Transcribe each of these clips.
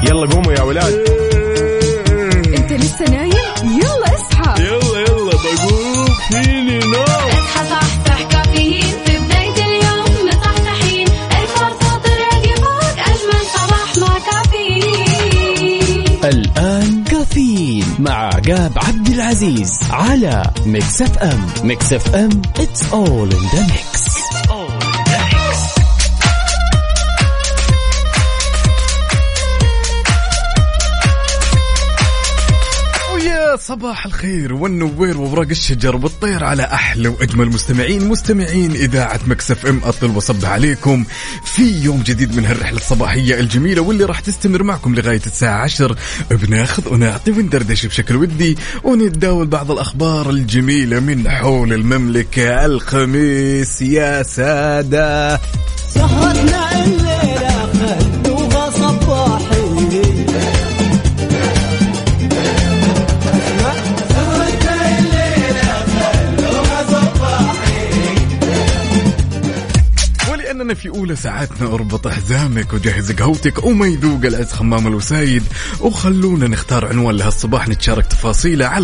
يلا قوموا يا ولاد. انت لسه نايم؟ يلا اصحى. يلا بقوم فيني نوم. اصحى صحصح كافيين في بداية اليوم مصحصحين. الفرصة تراقي فوق أجمل صباح مع كافيين. الآن كافيين مع عقاب عبد العزيز على ميكس اف ام. ميكس اف ام it's all in the mix. صباح الخير والنوير وورق الشجر والطير على أحلى وأجمل مستمعين إذاعة ميكس اف ام. أطل وصبح عليكم في يوم جديد من هالرحلة الصباحية الجميلة واللي راح تستمر معكم لغاية الساعة 10. بناخذ ونعطي وندردش بشكل ودي ونتداول بعض الأخبار الجميلة من حول المملكة. الخميس يا سادة سهرتنا الليلة خدوها صباحي. ولأننا في أولى ساعاتنا اربط حزامك وجهز قهوتك وما يذوق العز خمام الوسايد، وخلونا نختار عنوان لهالصباح نتشارك تفاصيله على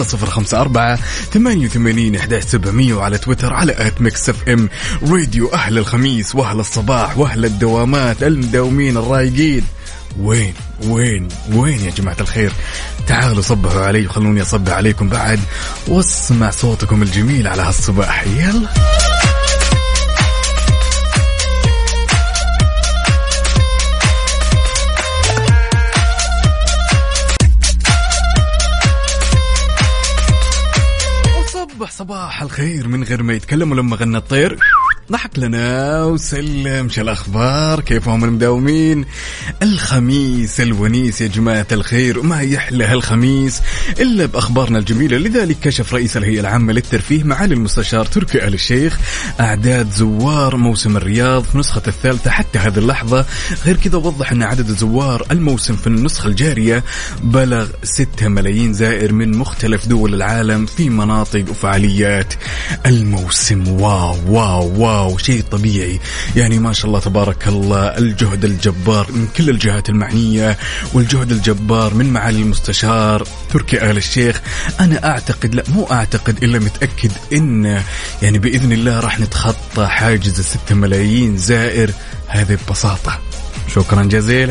0548811700 وعلى تويتر على @mixfm راديو. أهل الخميس وأهل الصباح وأهل الدوامات المداومين الرايقين، وين يا جماعة الخير؟ تعالوا صبحوا علي وخلوني أصبح عليكم بعد واسمع صوتكم الجميل على هالصباح. يلا صباح الخير من غير ما يتكلم، ولما غنى الطير ضحك لنا وسلم. شو الأخبار؟ كيفهم المداومين؟ الخميس الونيس يا جماعة الخير، وما يحلى هالخميس إلا بأخبارنا الجميلة. لذلك كشف رئيس الهيئة العامة للترفيه معالي المستشار تركي آل الشيخ أعداد زوار موسم الرياض في نسخة الثالثة حتى هذه اللحظة. غير كذا وضح أن عدد زوار الموسم في النسخة الجارية بلغ 6 ملايين زائر من مختلف دول العالم في مناطق وفعاليات الموسم. واو شيء طبيعي يعني، ما شاء الله تبارك الله. الجهد الجبار من كل الجهات المعنية والجهد الجبار من معالي المستشار تركي آل الشيخ. أنا أعتقد، لا مو أعتقد إلا متأكد إن يعني بإذن الله راح نتخطى حاجز 6 ملايين زائر هذه ببساطة. شكرا جزيلا.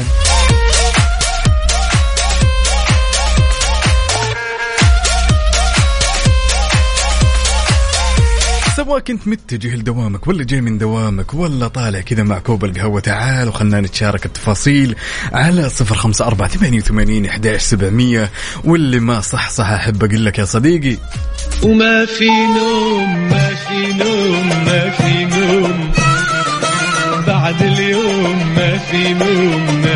سواء كنت متجه لدوامك ولا جاي من دوامك ولا طالع كذا مع كوب القهوة، تعال وخلنا نتشارك التفاصيل على 0548811700. واللي ما صح أحب أقول لك يا صديقي، وما في نوم بعد اليوم، ما في نوم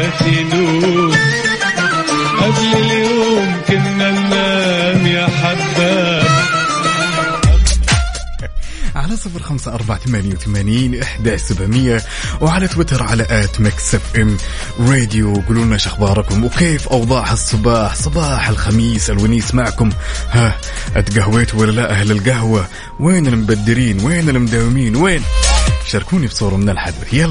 قبل اليوم كنا ننام يا حباب. على 0548811700 وعلى تويتر على @mixfm راديو. قولوا لنا شو اخباركم وكيف اوضاع الصباح، صباح الخميس الونيس معكم. ها اتقهويتوا ولا لا اهل القهوة؟ وين المبدرين؟ وين المداومين؟ وين؟ شاركوني بصورة من الحدث. يلا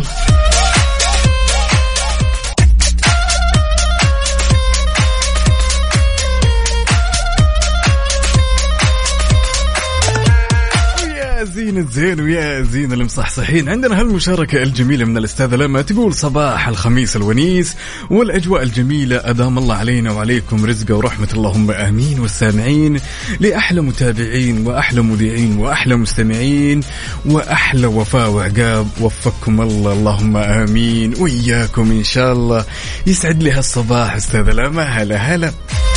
زين الزين ويا زين المصحصحين. عندنا هالمشاركة الجميلة من الأستاذة لما تقول صباح الخميس الونيس والأجواء الجميلة، أدام الله علينا وعليكم رزقه ورحمة اللهم آمين. والسامعين لأحلى متابعين وأحلى مذيعين وأحلى مستمعين وأحلى وفاء وعقاب، وفقكم الله اللهم آمين وإياكم إن شاء الله. يسعد لي هالصباح أستاذة لما. هلا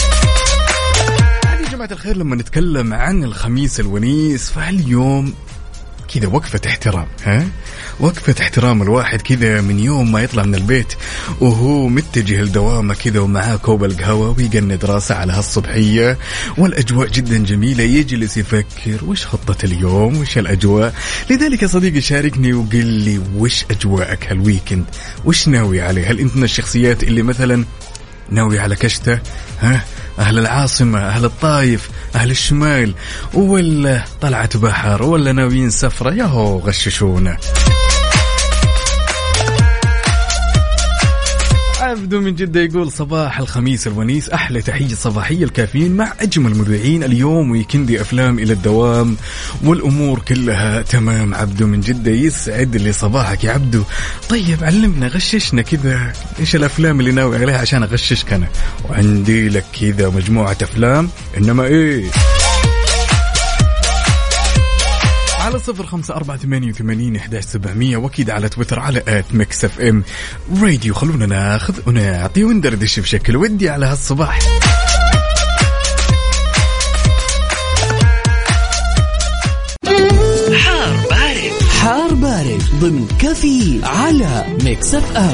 جماعة الخير. لما نتكلم عن الخميس الونيس فهاليوم كذا وقفة احترام، وقفة احترام الواحد كذا من يوم ما يطلع من البيت وهو متجه لدوامه كذا ومعاه كوب القهوة ويقند راسه على هالصبحية والأجواء جدا جميلة، يجلس يفكر وش خطة اليوم وش الأجواء. لذلك يا صديقي شاركني وقل لي وش أجواءك هالويكند، وش ناوي عليه؟ هل أنت من الشخصيات اللي مثلا ناوي على كشته، أهل العاصمة، أهل الطايف، أهل الشمال، ولا طلعت بحر، ولا ناويين سفرة؟ ياهو غششونا. عبدو من جدة يقول صباح الخميس الونيس، أحلى تحية صباحية الكافيين مع أجمل مذيعين اليوم، ويكندي أفلام إلى الدوام والأمور كلها تمام. عبدو من جدة يسعد لي صباحك يا عبدو. طيب علمنا، غششنا كذا إيش الأفلام اللي ناوي عليها عشان أغششك أنا، وعندي لك كذا مجموعة أفلام. إنما إيه على 0548811700 وأكيد على تويتر على @mixfm راديو. خلونا ناخذ ونعطي وندردش بشكل ودي على هالصباح. حار بارد ضمن كافيين على ميكس اف ام.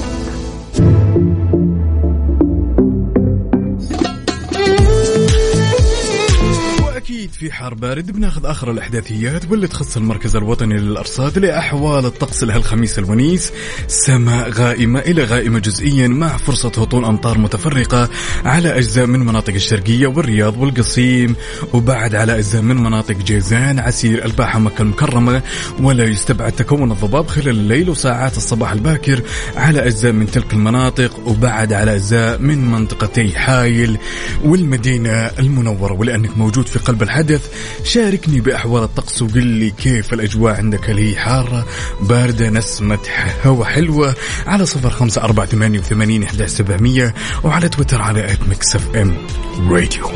أكيد في حار بارد بناخذ آخر الأحداثيات واللي تخص المركز الوطني للأرصاد لأحوال الطقس لهالخميس الونيس. سماء غائمة إلى غائمة جزئيا مع فرصة هطول أمطار متفرقة على أجزاء من مناطق الشرقية والرياض والقصيم، وبعد على أجزاء من مناطق جيزان، عسير، الباحة، مكة المكرمة. ولا يستبعد تكون الضباب خلال الليل وساعات الصباح الباكر على أجزاء من تلك المناطق، وبعد على أجزاء من منطقتي حايل والمدينة المنورة. ولأنك موجود في قلب الحدث شاركني بأحوال الطقس وقل لي كيف الأجواء عندك، هل هي حارة باردة نسمة هوا حلوة؟ على 0548811700 وعلى تويتر على @mixfm radio.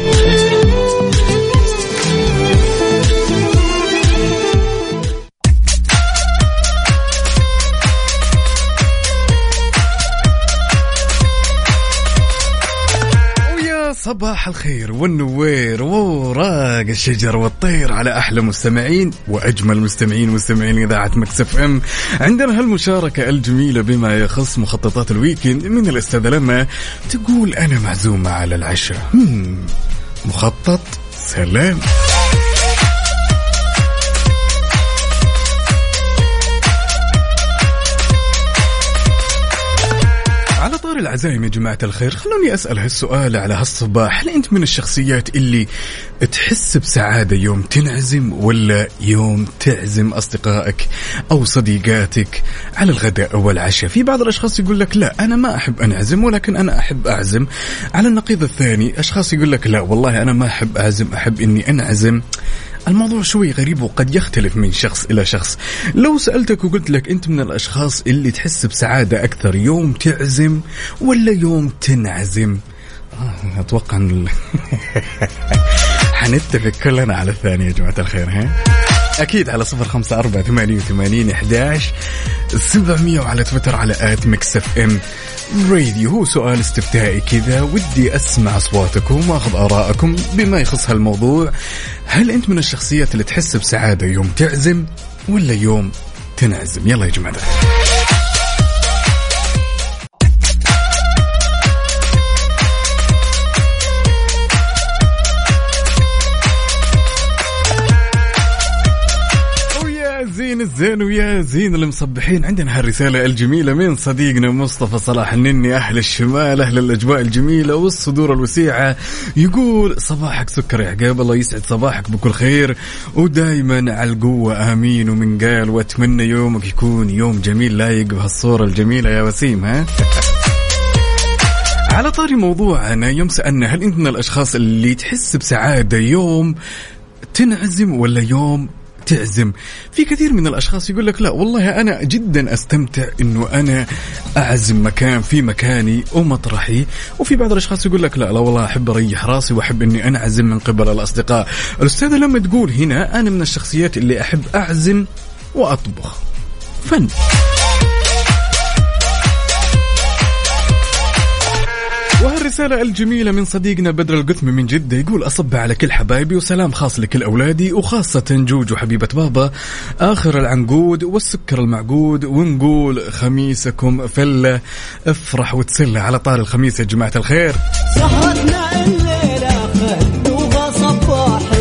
صباح الخير والنوير ووراق الشجر والطير على أحلى مستمعين وأجمل مستمعين إذاعة ميكس اف ام. عندنا هالمشاركة الجميلة بما يخص مخططات الويكند من الأستاذة لما، تقول أنا معزومة على العشاء. مخطط سلام. على طار العزايم يا جماعة الخير، خلوني أسأل هالسؤال على هالصباح. هل أنت من الشخصيات اللي تحس بسعادة يوم تنعزم ولا يوم تعزم أصدقائك أو صديقاتك على الغداء أو العشاء؟ في بعض الأشخاص يقول لك لا أنا ما أحب أنعزم ولكن أنا أحب أعزم. على النقيض الثاني أشخاص يقول لك لا والله أنا ما أحب أعزم، أحب إني أنعزم. الموضوع شوي غريب وقد يختلف من شخص إلى شخص. لو سألتك وقلت لك أنت من الأشخاص اللي تحس بسعادة أكثر يوم تعزم ولا يوم تنعزم؟ أتوقع أن حنتفق كلنا على الثاني يا جماعة الخير. ها أكيد على 0548811700 وعلى تويتر على @mixfm راديو. هو سؤال استفتائي كذا، ودي أسمع أصواتكم وأخذ آراءكم بما يخص هالموضوع. هل أنت من الشخصيات اللي تحس بسعادة يوم تعزم ولا يوم تنعزم؟ يلا يا جماعة. زين الزين ويا زين المصبحين. عندنا هالرسالة الجميلة من صديقنا مصطفى صلاح النني، أهل الشمال، أهل الأجواء الجميلة والصدور الوسيعة. يقول صباحك سكر يا عقاب، الله يسعد صباحك بكل خير ودايما على القوة آمين. ومن قال واتمنى يومك يكون يوم جميل لايق بهالصورة الجميلة يا وسيم. ها على طاري موضوعنا، يوم سألنا هل أنت من الأشخاص اللي تحس بسعادة يوم تنعزم ولا يوم تعزم؟ في كثير من الأشخاص يقول لك لا والله أنا جدا أستمتع إنه أنا أعزم مكان في مكاني ومطرحي. وفي بعض الأشخاص يقول لك لا والله أحب أريح راسي وأحب إني أنا أعزم من قبل الأصدقاء. الأستاذة لما تقول هنا أنا من الشخصيات اللي أحب أعزم وأطبخ، فن. وهالرسالة الجميلة من صديقنا بدر القثمي من جدة، يقول أصب على كل حبايبي وسلام خاص لكل أولادي وخاصة جوج وحبيبة بابا آخر العنقود والسكر المعقود، ونقول خميسكم فلة، افرح وتسلى. على طار الخميس يا جماعة الخير، سهرتنا الليلة خدوها صباحي.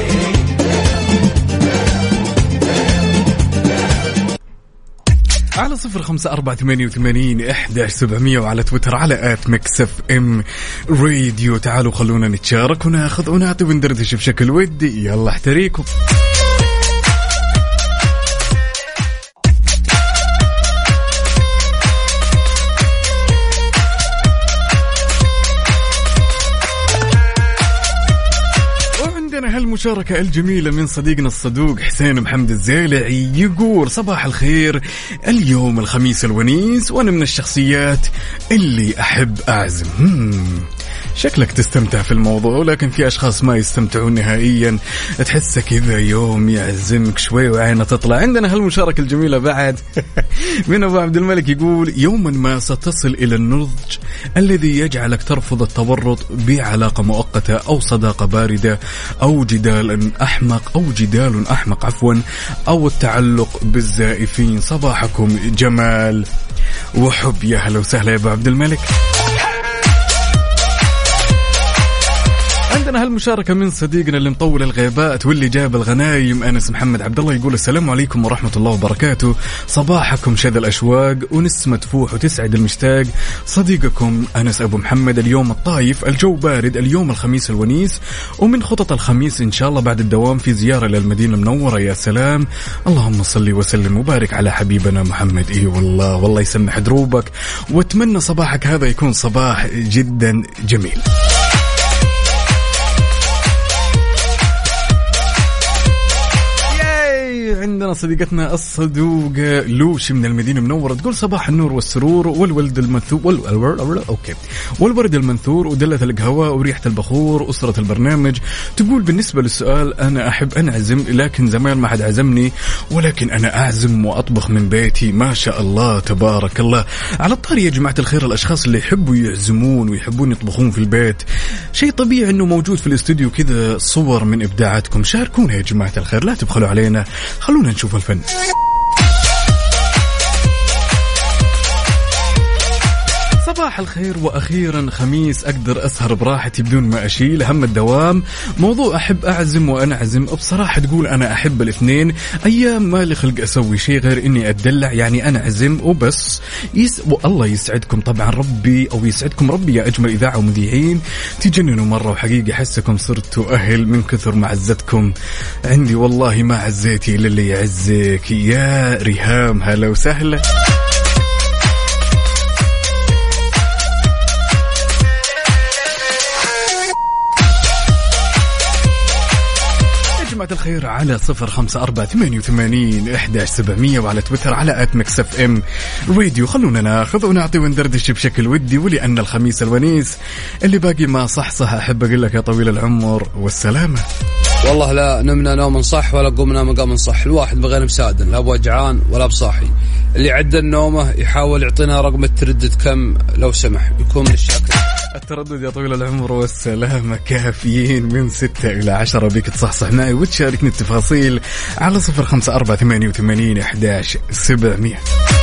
على على 0548811700 وعلى تويتر على @mixfm راديو. تعالوا خلونا نتشارك وناخذ ونعطي وندردش بشكل ودي. يلا احتريكم. هالمشاركة الجميلة من صديقنا الصدوق حسين محمد الزيلعي، يقول صباح الخير، اليوم الخميس الونيس وأنا من الشخصيات اللي أحب أعزم. شكلك تستمتع في الموضوع، لكن في أشخاص ما يستمتعون نهائيا، تحس كذا يوم يعزمك شوي وعينه تطلع. عندنا هالمشاركة الجميلة بعد من أبو عبد الملك، يقول يوما ما ستصل إلى النضج الذي يجعلك ترفض التورط بعلاقة مؤقتة أو صداقة باردة أو جدال أحمق أو التعلق بالزائفين. صباحكم جمال وحب. يا هلا وسهلا يا أبو عبد الملك. عندنا هالمشاركة من صديقنا اللي مطول الغيبات واللي جاب الغنايم، أنس محمد عبد الله، يقول السلام عليكم ورحمة الله وبركاته، صباحكم شذا الأشواق ونسمة فوح وتسعد المشتاق. صديقكم أنس أبو محمد. اليوم الطايف، الجو بارد، اليوم الخميس الونيس، ومن خطط الخميس إن شاء الله بعد الدوام في زيارة للمدينة المنورة. يا سلام، اللهم صل وسلم وبارك على حبيبنا محمد. إيه والله يسمح دروبك، واتمنى صباحك هذا يكون صباح جدا جميل. عندنا صديقتنا الصدوقة لوشي من المدينة المنورة، تقول صباح النور والسرور والولد المنثور والورد المنثور ودلة القهوة وريحة البخور أسرة البرنامج. تقول بالنسبة للسؤال، أنا أحب أنعزم لكن زمان ما حد عزمني، ولكن أنا أعزم وأطبخ من بيتي. ما شاء الله تبارك الله. على الطاري يا جماعة الخير، الأشخاص اللي يحبوا يعزمون ويحبون يطبخون في البيت، شيء طبيعي أنه موجود في الاستوديو كذا صور من إبداعاتكم. شاركونا يا جماعة الخير، لا تبخلوا علينا، خلونا نشوف الفن. صباح الخير، وأخيرا خميس أقدر أسهر براحتي بدون ما أشيل هم الدوام. موضوع أحب أعزم وأنا أعزم، بصراحة تقول أنا أحب الاثنين. أيام ما لي خلق أسوي شيء غير إني أتدلع، يعني أنا أعزم وبس. والله يسعدكم طبعا ربي، أو يسعدكم ربي يا أجمل إذاعة ومذيعين، تجننوا مرة وحقيقة حسكم صرتوا أهل من كثر معزتكم عندي. والله ما عزيتي إلا اللي يعزك يا ريهام. هلا وسهلا. جماعة الخير على 0548811700 وعلى تويتر على @mixfm راديو. خلونا ناخذ ونعطي وندردش بشكل ودي، ولأن الخميس الونيس اللي باقي ما صح أحب أقول لك يا طويل العمر والسلامة. والله لا نمنا نوم صح ولا قمنا مقام صح، الواحد بغير مسادن، لا بوجعان ولا بصاحي. اللي عدى النومه يحاول يعطينا رقم التردد كم لو سمح، يكون من الشاكر. التردد يا طويل العمر والسلامة كافيين من 6 إلى 10. بيك تصحصح معي وتشاركني التفاصيل على 0548811700.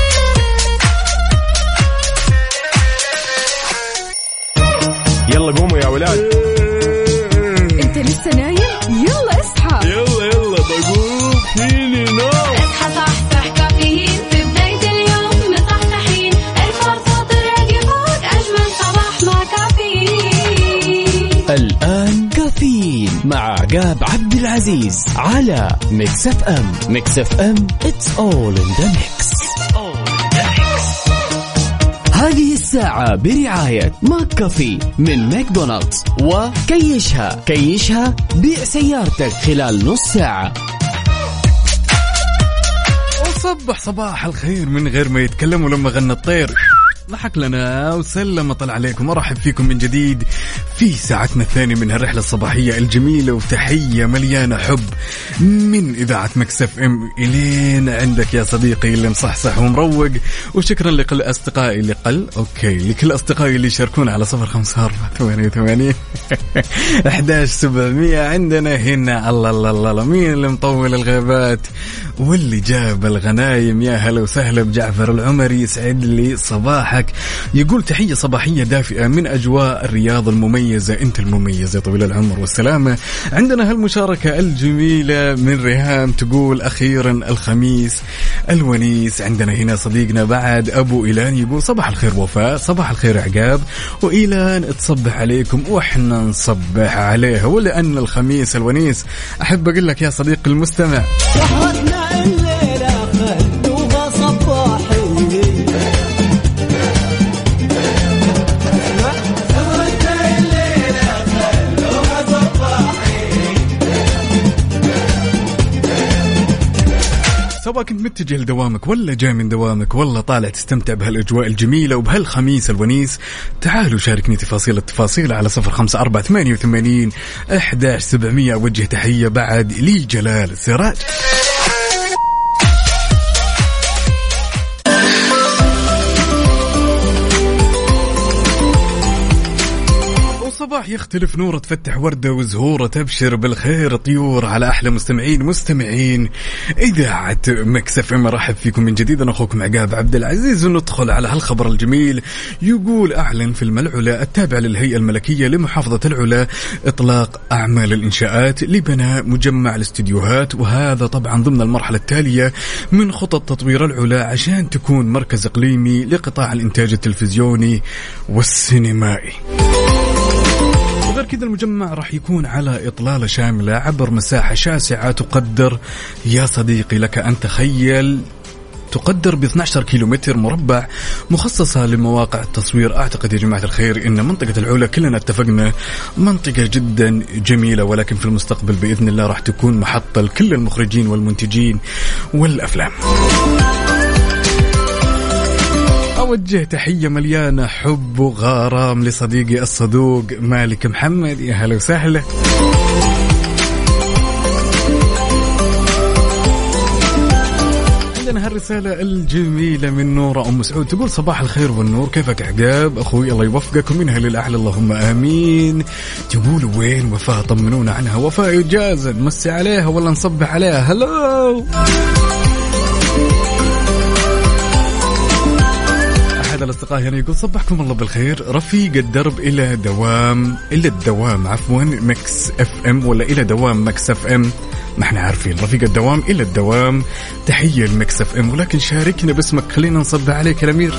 يلا قوموا يا ولاد. انت لسه نايم؟ يلا اصحى. يلا بقوم فيني نوم. اصحى صحصح كافيين في بداية اليوم مصحصحين، الفرصة تراقي فوق أجمل صباح مع كافيين. الآن كافيين مع عقاب عبد العزيز على ميكس اف ام. ميكس اف ام it's all in the mix. هذه الساعة برعاية ماك كافي من ماكدونالدز، وكيشها بيع سيارتك خلال نص ساعة. وصبح صباح الخير من غير ما يتكلموا لما غنى الطير ضحك لنا وسلم طلع عليكم. ارحب فيكم من جديد في ساعتنا الثانية من هالرحلة الصباحية الجميلة، وتحية مليانة حب من إذاعة ميكس اف ام إلين عندك يا صديقي اللي مصحصح ومروق. وشكرا لكل أصدقائي لكل أصدقائي اللي يشاركونا على 0548811700. عندنا هنا الله مين اللي مطول الغيبات واللي جاب الغنايم. يا هلا وسهلا بجعفر العمري، يسعد لي صباحك. يقول تحية صباحية دافئة من أجواء الرياض المميز المميزة، أنت المميزة طويل العمر والسلامة. عندنا هالمشاركة الجميلة من ريهام تقول أخيرا الخميس الونيس. عندنا هنا صديقنا بعد أبو إيلان يقول صباح الخير وفاء، صباح الخير عقاب، وإيلان تصبح عليكم وإحنا نصبح عليها، ولأن الخميس الونيس أحب أقول لك يا صديقي المستمع سهرتنا الليلة خلوها صباحي. سواء كنت متجه لدوامك ولا جاي من دوامك ولا طالع تستمتع بهالأجواء الجميلة وبهالخميس الونيس، تعالوا شاركني التفاصيل على 0548811700. أوجه تحية بعد لي جلال سراج. صباح يختلف نوره، تفتح وردة وزهورة، تبشر بالخير طيور على أحلى مستمعين إذاعة ميكس اف ام. مرحب فيكم من جديد، أنا أخوكم عقاب عبد العزيز، وندخل على هالخبر الجميل. يقول أعلن في الملعلة التابع للهيئة الملكية لمحافظة العلا إطلاق أعمال الإنشاءات لبناء مجمع الاستديوهات، وهذا طبعا ضمن المرحلة التالية من خطط تطوير العلا عشان تكون مركز إقليمي لقطاع الإنتاج التلفزيوني والسينمائي. وغير كذا المجمع راح يكون على إطلالة شاملة عبر مساحة شاسعة تقدر يا صديقي لك أن تخيل تقدر ب 12 كيلومتر مربع، مخصصة لمواقع التصوير. أعتقد يا جماعة الخير إن منطقة العلا كلنا اتفقنا منطقة جدا جميلة، ولكن في المستقبل بإذن الله راح تكون محطة لكل المخرجين والمنتجين والأفلام. أوجه تحية مليانة حب وغرام لصديقي الصدوق مالك محمد، يا هلا وسهلا. عندنا هالرسالة الجميلة من نورة أم سعود تقول صباح الخير والنور، كيفك عقاب أخوي؟ الله يوفقك ومنها للأعلى اللهم آمين. تقول وين وفاء؟ طمنونا عنها. وفاء إجازة نمسي عليها ولا نصبح عليها؟ هلو. الأصدقاء هنا يقول صبحكم الله بالخير، رفيق الدرب إلى الدوام عفوا ميكس اف ام، ولا إلى دوام ميكس اف ام، ما احنا عارفين. رفيق الدوام إلى الدوام، تحية الميكس اف ام، ولكن شاركنا باسمك خلينا نصبح عليك الأمير.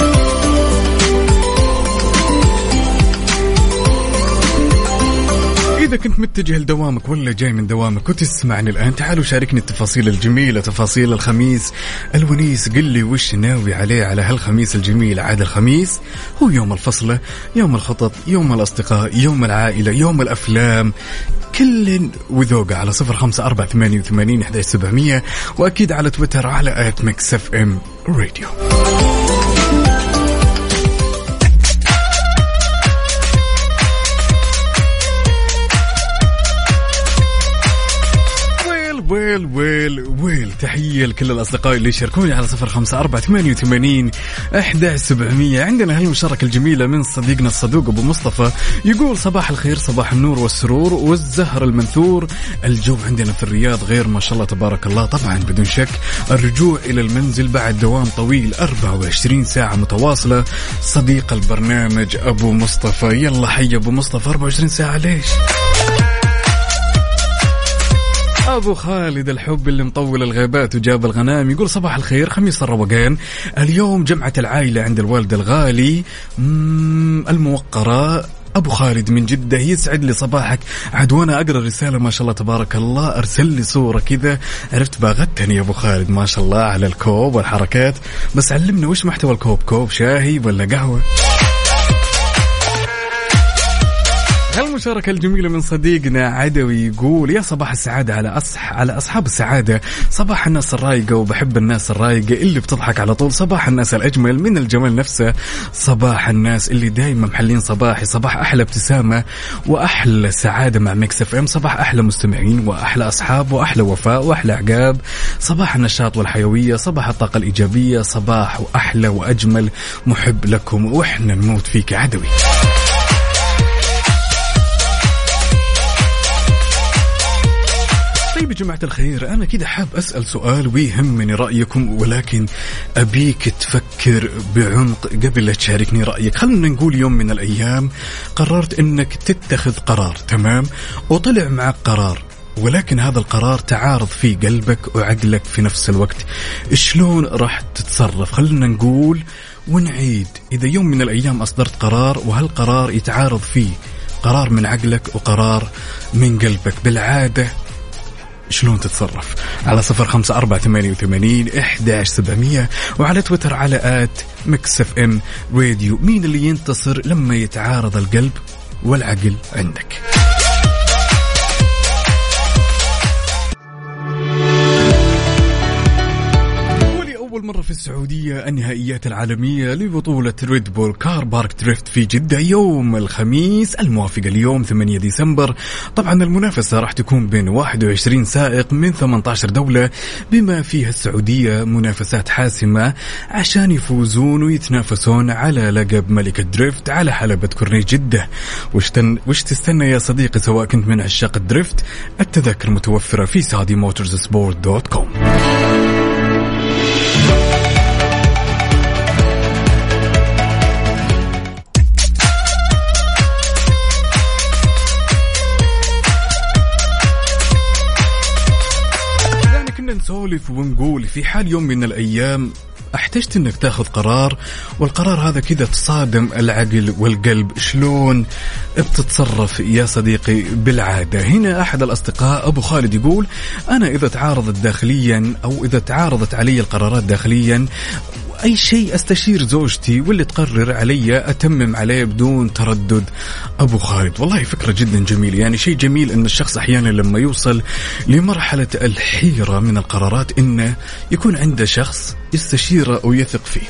إذا كنت متجه لدوامك ولا جاي من دوامك وتسمعني الآن، تعالوا شاركني التفاصيل الجميلة، تفاصيل الخميس الونيس. قل لي وش ناوي عليه على هالخميس الجميل. عاد الخميس هو يوم الفصلة، يوم الخطط، يوم الأصدقاء، يوم العائلة، يوم الأفلام، كل وذوقه. على 0548811700، وأكيد على تويتر على @mixfmradio. ويل تحية لكل الأصدقاء اللي يشاركوني على 0548811700. عندنا هالمشاركة الجميلة من صديقنا الصدوق أبو مصطفى يقول صباح الخير، صباح النور والسرور والزهر المنثور. الجو عندنا في الرياض غير ما شاء الله تبارك الله، طبعا بدون شك الرجوع إلى المنزل بعد دوام طويل 24 ساعة متواصلة. صديق البرنامج أبو مصطفى، يلا حي أبو مصطفى. 24 ساعة ليش؟ أبو خالد الحب اللي مطول الغيبات وجاب الغنام يقول صباح الخير، خميس الروقان، اليوم جمعة العائلة عند الوالدة الغالي الموقرة. أبو خالد من جدة، يسعد لي صباحك. عاد وانا أقرأ الرسالة ما شاء الله تبارك الله أرسل لي صورة كذا، عرفت باغتني يا أبو خالد ما شاء الله على الكوب والحركات. بس علمنا وش محتوى الكوب، كوب شاهي ولا قهوة؟ هالمشاركة الجميلة من صديقنا عدوي يقول يا صباح السعادة على أصحاب السعادة، صباح الناس الرايقة وبحب الناس الرايقة اللي بتضحك على طول، صباح الناس الأجمل من الجمال نفسه، صباح الناس اللي دايما محلين صباحي، صباح أحلى ابتسامة وأحلى سعادة مع ميكس اف ام، صباح أحلى مستمعين وأحلى أصحاب وأحلى وفاء وأحلى عقاب، صباح النشاط والحيوية، صباح الطاقة الإيجابية، صباح وأحلى وأجمل محب لكم وإحنا نموت فيك عدوي. طيب يا جماعة الخير، أنا كده حاب أسأل سؤال ويهمني رأيكم، ولكن أبيك تفكر بعمق قبل لا تشاركني رأيك. خلنا نقول يوم من الأيام قررت أنك تتخذ قرار، تمام، وطلع معك قرار، ولكن هذا القرار تعارض في قلبك وعقلك في نفس الوقت، شلون راح تتصرف؟ خلنا نقول ونعيد، إذا يوم من الأيام أصدرت قرار وهالقرار يتعارض فيه قرار من عقلك وقرار من قلبك، بالعادة شلون تتصرف؟ على 0548811700 وعلى تويتر على @mixfm radio. مين اللي ينتصر لما يتعارض القلب والعقل عندك؟ أول مرة في السعودية النهائيات العالمية لبطولة ريد بول كار بارك دريفت في جدة يوم الخميس الموافق اليوم 8 ديسمبر. طبعا المنافسة راح تكون بين 21 سائق من 18 دولة، بما فيها السعودية، منافسات حاسمة عشان يفوزون ويتنافسون على لقب ملك الدريفت على حلبة كورنيش جدة. وش تستنى يا صديقي سواء كنت من عشاق الدريفت؟ التذاكر متوفرة في saudimotorsport.com. نسولف ونقول في حال يوم من الأيام احتجت انك تاخذ قرار، والقرار هذا كذا تصادم العقل والقلب، شلون بتتصرف يا صديقي بالعادة؟ هنا أحد الأصدقاء أبو خالد يقول أنا إذا تعارضت داخليا أو إذا تعارضت علي القرارات داخليا أي شيء أستشير زوجتي واللي تقرر علي أتمم عليه بدون تردد. أبو خالد والله فكرة جدا جميلة، يعني شيء جميل أن الشخص أحيانا لما يوصل لمرحلة الحيرة من القرارات إنه يكون عنده شخص يستشيره ويثق فيه.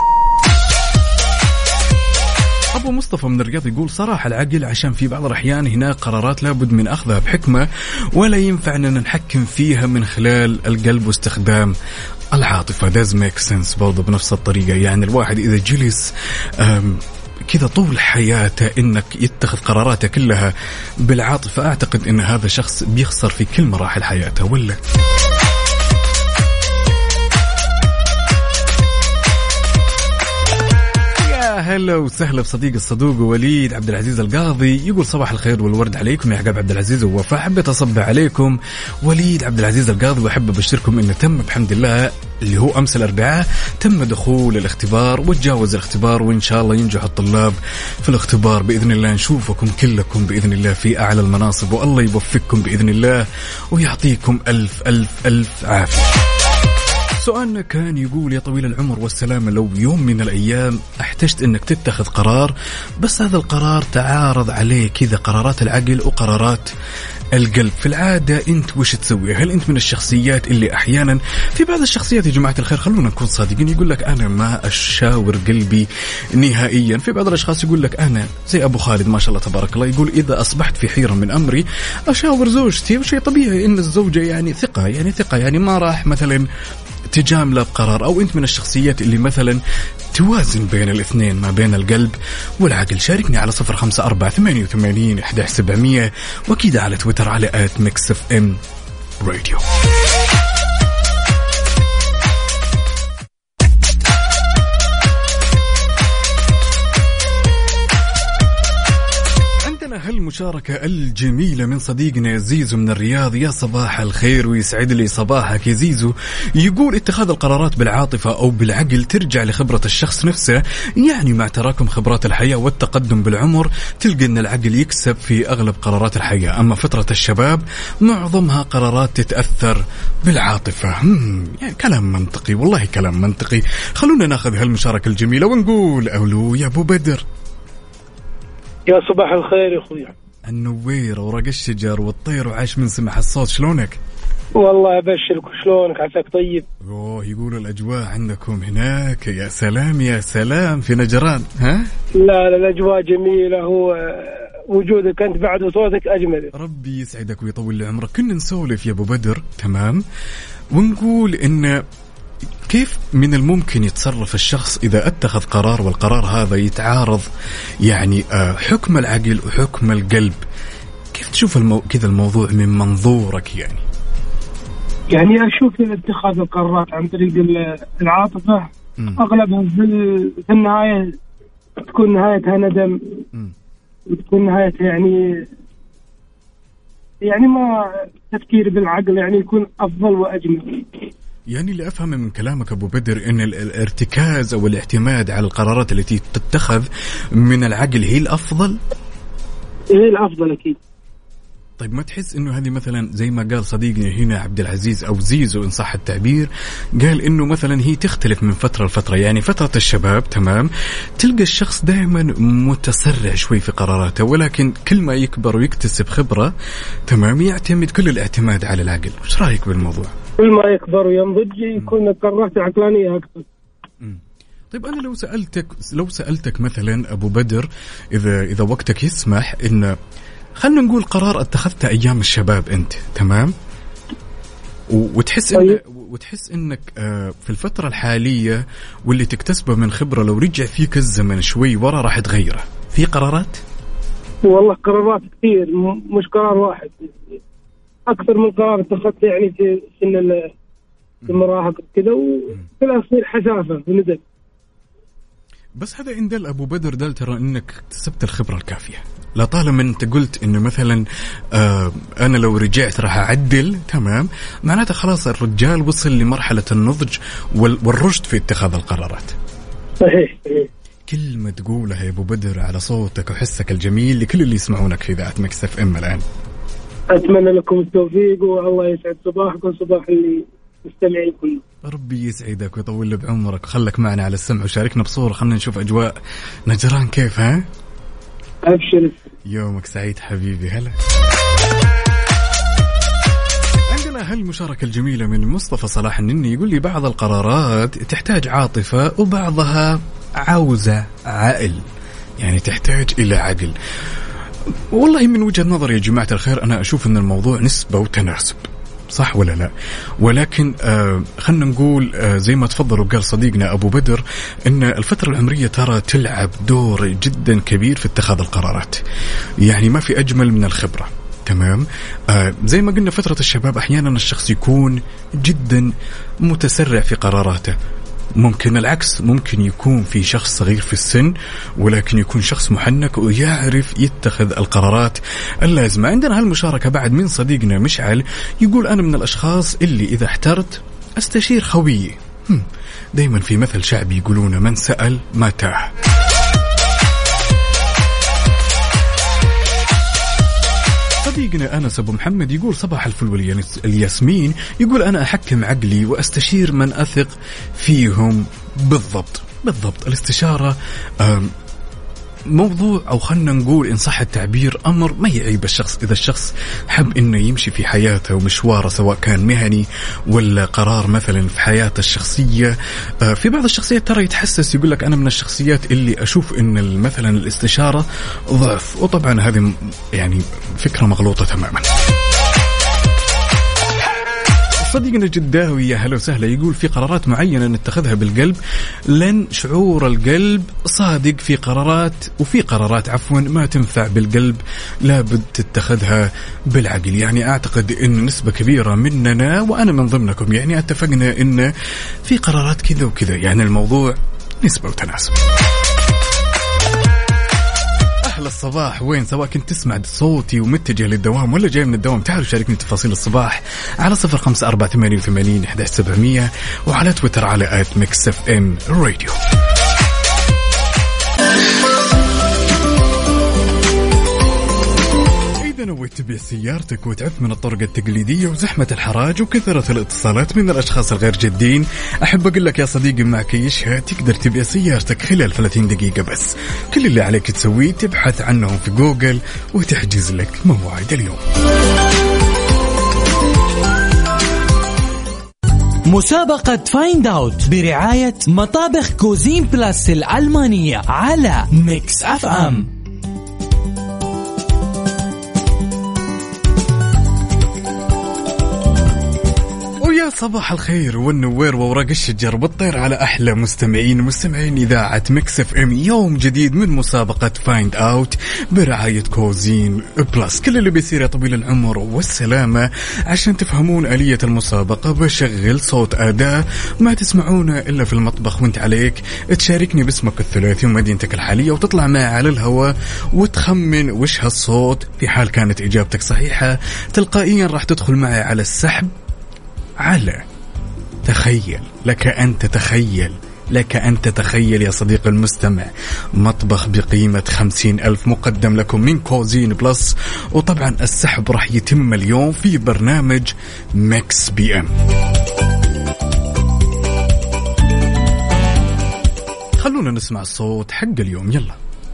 أبو مصطفى من الرياض يقول صراحة العقل، عشان في بعض الأحيان هناك قرارات لابد من أخذها بحكمة ولا ينفع أن نحكم فيها من خلال القلب واستخدام العاطفة. does make sense برضو بنفس الطريقة، يعني الواحد إذا جلس كذا طول حياته إنك يتخذ قراراته كلها بالعاطفة، أعتقد إن هذا شخص بيخسر في كل مراحل حياته. ولا هلا وسهلا بصديق الصدوق وليد عبد العزيز القاضي، يقول صباح الخير والورد عليكم يا عقاب عبد العزيز ووفاء، حبيت أصبح عليكم وليد عبد العزيز القاضي وأحب أبشركم إنه تم بحمد الله اللي هو أمس الأربعاء تم دخول الاختبار وتجاوز الاختبار، وإن شاء الله ينجح الطلاب في الاختبار بإذن الله. نشوفكم كلكم بإذن الله في أعلى المناصب، والله يوفقكم بإذن الله ويعطيكم ألف ألف ألف عافية. سؤالنا كان يقول يا طويل العمر والسلامة، لو يوم من الأيام احتجت أنك تتخذ قرار بس هذا القرار تعارض عليه كذا قرارات العقل وقرارات القلب، في العادة أنت وش تسوي؟ هل أنت من الشخصيات اللي أحيانا في بعض الشخصيات يا جماعة الخير خلونا نكون صادقين يقول لك أنا ما أشاور قلبي نهائيا، في بعض الأشخاص يقول لك أنا زي أبو خالد ما شاء الله تبارك الله يقول إذا أصبحت في حيرة من أمري أشاور زوجتي، وشيء طبيعي إن الزوجة يعني ثقة يعني ما راح مثلا تجامله بقرار. أو أنت من الشخصيات اللي مثلا توازن بين الاثنين ما بين القلب والعقل؟ شاركني على 0548811700 وكذا على تويتر على @mixfm radio. هالمشاركة الجميلة من صديقنا زيزو من الرياض، يا صباح الخير ويسعد لي صباحك يا زيزو. يقول اتخاذ القرارات بالعاطفة أو بالعقل ترجع لخبرة الشخص نفسه، يعني مع تراكم خبرات الحياة والتقدم بالعمر تلقى أن العقل يكسب في أغلب قرارات الحياة، أما فترة الشباب معظمها قرارات تتأثر بالعاطفة. يعني كلام منطقي، والله كلام منطقي. خلونا ناخذ هالمشاركة الجميلة ونقول أولو يا أبو بدر. يا صباح الخير يا أخوي. النوير ورق الشجر والطير وعاش من سمح الصوت، شلونك؟ والله أبشرك، شلونك؟ عساك طيب؟ يقولوا الأجواء عندكم هناك يا سلام يا سلام في نجران، ها؟ لا الأجواء جميلة، هو وجودك أنت بعد وصوتك أجمل. ربي يسعدك ويطول عمرك. كنا نسولف يا أبو بدر تمام ونقول إن كيف من الممكن يتصرف الشخص إذا اتخذ قرار والقرار هذا يتعارض يعني حكم العقل وحكم القلب. كيف تشوف كذا الموضوع من منظورك يعني؟ يعني أشوف اتخاذ القرارات عن طريق العاطفة أغلبها في النهاية تكون نهايتها ندم، وتكون نهايتها يعني ما تفكير بالعقل، يعني يكون أفضل وأجمل. يعني اللي أفهم من كلامك أبو بدر إن الارتكاز أو الاعتماد على القرارات التي تتخذ من العقل هي الأفضل؟ هي الأفضل أكيد. طيب ما تحس إنه هذه مثلا زي ما قال صديقنا هنا عبد العزيز أو زيزو إن صح التعبير، قال إنه مثلا هي تختلف من فترة لفترة، يعني فترة الشباب تمام تلقى الشخص دائما متسرع شوي في قراراته، ولكن كل ما يكبر ويكتسب خبرة تمام يعتمد كل الاعتماد على العقل. وش رأيك بالموضوع؟ كل ما يكبر وينضج يكون قراراته عقلانية أكثر. طيب أنا لو سألتك مثلا أبو بدر إذا وقتك يسمح إن خلنا نقول قرار اتخذته أيام الشباب أنت تمام وتحس إنك في الفترة الحالية واللي تكتسبه من خبرة لو رجع فيك الزمن شوي ورا راح تغيره في قرارات؟ والله قرارات كثير، مش قرار واحد، أكثر من قرار اتخذت يعني في سن المراهقة كذا، وفي الأخير حساسة وندم. بس هذا إن دل أبو بدر دل ترى إنك اكتسبت الخبرة الكافية. لا طالما أنت قلت إنه مثلا أنا لو رجعت راح أعدل تمام، معناته خلاص الرجال وصل لمرحلة النضج والرشد في اتخاذ القرارات. صحيح. كلمة تقولها يا أبو بدر على صوتك وحسك الجميل لكل اللي يسمعونك في إذاعة ميكس اف ام الآن. أتمنى لكم التوفيق والله يسعد صباحكم صباح اللي مستمعين كله. ربي يسعدك ويطول لي بعمرك وخلك معنا على السمع وشاركنا بصورة، خلنا نشوف أجواء نجران كيف. ها أبشر، يومك سعيد حبيبي. هلا عندنا هالمشاركة الجميلة من مصطفى صلاح النني يقول لي بعض القرارات تحتاج عاطفة وبعضها عاوزة عقل، يعني تحتاج إلى عقل. والله من وجهة نظري يا جماعة الخير أنا أشوف أن الموضوع نسبة وتناسب، صح ولا لا؟ ولكن خلنا نقول زي ما تفضل وقال صديقنا أبو بدر إن الفترة العمرية ترى تلعب دور جدا كبير في اتخاذ القرارات، يعني ما في أجمل من الخبرة تمام. زي ما قلنا فترة الشباب أحيانا الشخص يكون جدا متسرع في قراراته، ممكن العكس، ممكن يكون في شخص صغير في السن ولكن يكون شخص محنك ويعرف يتخذ القرارات اللازمة. عندنا هالمشاركة بعد من صديقنا مشعل يقول أنا من الأشخاص اللي إذا احترت أستشير خويي. دايما في مثل شعبي يقولون من سأل ما تاه. صديقنا أنس أبو محمد يقول صباح الفل الياسمين، يقول أنا أحكم عقلي وأستشير من أثق فيهم. بالضبط الاستشارة موضوع أو خلنا نقول إن صح التعبير أمر ما يعيب الشخص إذا الشخص حب إنه يمشي في حياته ومشواره سواء كان مهني ولا قرار مثلا في حياته الشخصية. في بعض الشخصيات ترى يتحسس يقول لك أنا من الشخصيات اللي أشوف إن مثلا الاستشارة ضعف، وطبعا هذه يعني فكرة مغلوطة تماما. صديقنا جداوي يا هلا وسهلا يقول في قرارات معينة نتخذها بالقلب لأن شعور القلب صادق في قرارات، وفي قرارات عفوا ما تنفع بالقلب لابد تتخذها بالعقل. يعني أعتقد أن نسبة كبيرة مننا وأنا من ضمنكم يعني اتفقنا أن في قرارات كذا وكذا، يعني الموضوع نسبة وتناسب. أهل الصباح وين سواء كنت تسمع صوتي ومتجه للدوام ولا جاي من الدوام، تعالوا شاركني تفاصيل الصباح على 0548811700 وعلى تويتر على @mixfmradio. إذا نويت تبيع سيارتك وتعبت من الطرق التقليدية وزحمة الحراج وكثرة الاتصالات من الأشخاص الغير جادين، أحب أقول لك يا صديقي معك يشهد تقدر تبيع سيارتك خلال 30 دقيقة بس. كل اللي عليك تسويه تبحث عنهم في جوجل وتحجز لك موعد اليوم. مسابقة فايند اوت برعاية مطابخ كوزين بلاس الألمانية على ميكس اف ام. يا صباح الخير والنوير وورق الشجر بالطير على أحلى مستمعين إذاعة ميكس اف ام. يوم جديد من مسابقة فايند اوت برعاية كوزين بلس. كل اللي بيصير يا طويل العمر والسلامة عشان تفهمون آلية المسابقة بشغل صوت أداة ما تسمعونه إلا في المطبخ، وانت عليك تشاركني باسمك الثلاثي ومدينتك الحالية وتطلع معي على الهواء وتخمن وش هالصوت. في حال كانت إجابتك صحيحة تلقائيا راح تدخل معي على السحب على تخيل. لك أن تتخيل يا صديق المستمع مطبخ بقيمة 50,000 مقدم لكم من كوزين بلس. وطبعا السحب راح يتم اليوم في برنامج ميكس بي ام. خلونا نسمع الصوت حق اليوم. يلا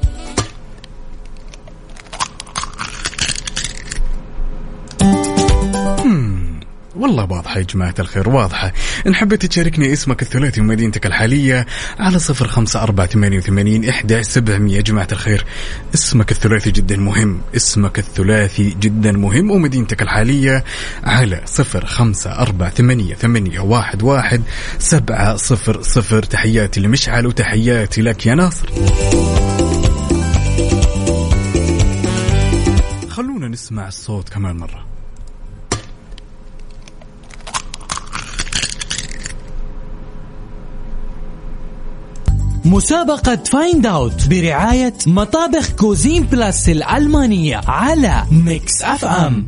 والله واضحة يا جماعة الخير، واضحة. إن حبيت تشاركني اسمك الثلاثي ومدينتك الحالية على 0548811700. يا جماعة الخير اسمك الثلاثي جدا مهم ومدينتك الحالية على 0548811700. تحياتي لمشعل وتحياتي لك يا ناصر. خلونا نسمع الصوت كمان مرة. مسابقة فايند اوت برعاية مطابخ كوزين بلاس الألمانية على ميكس اف ام.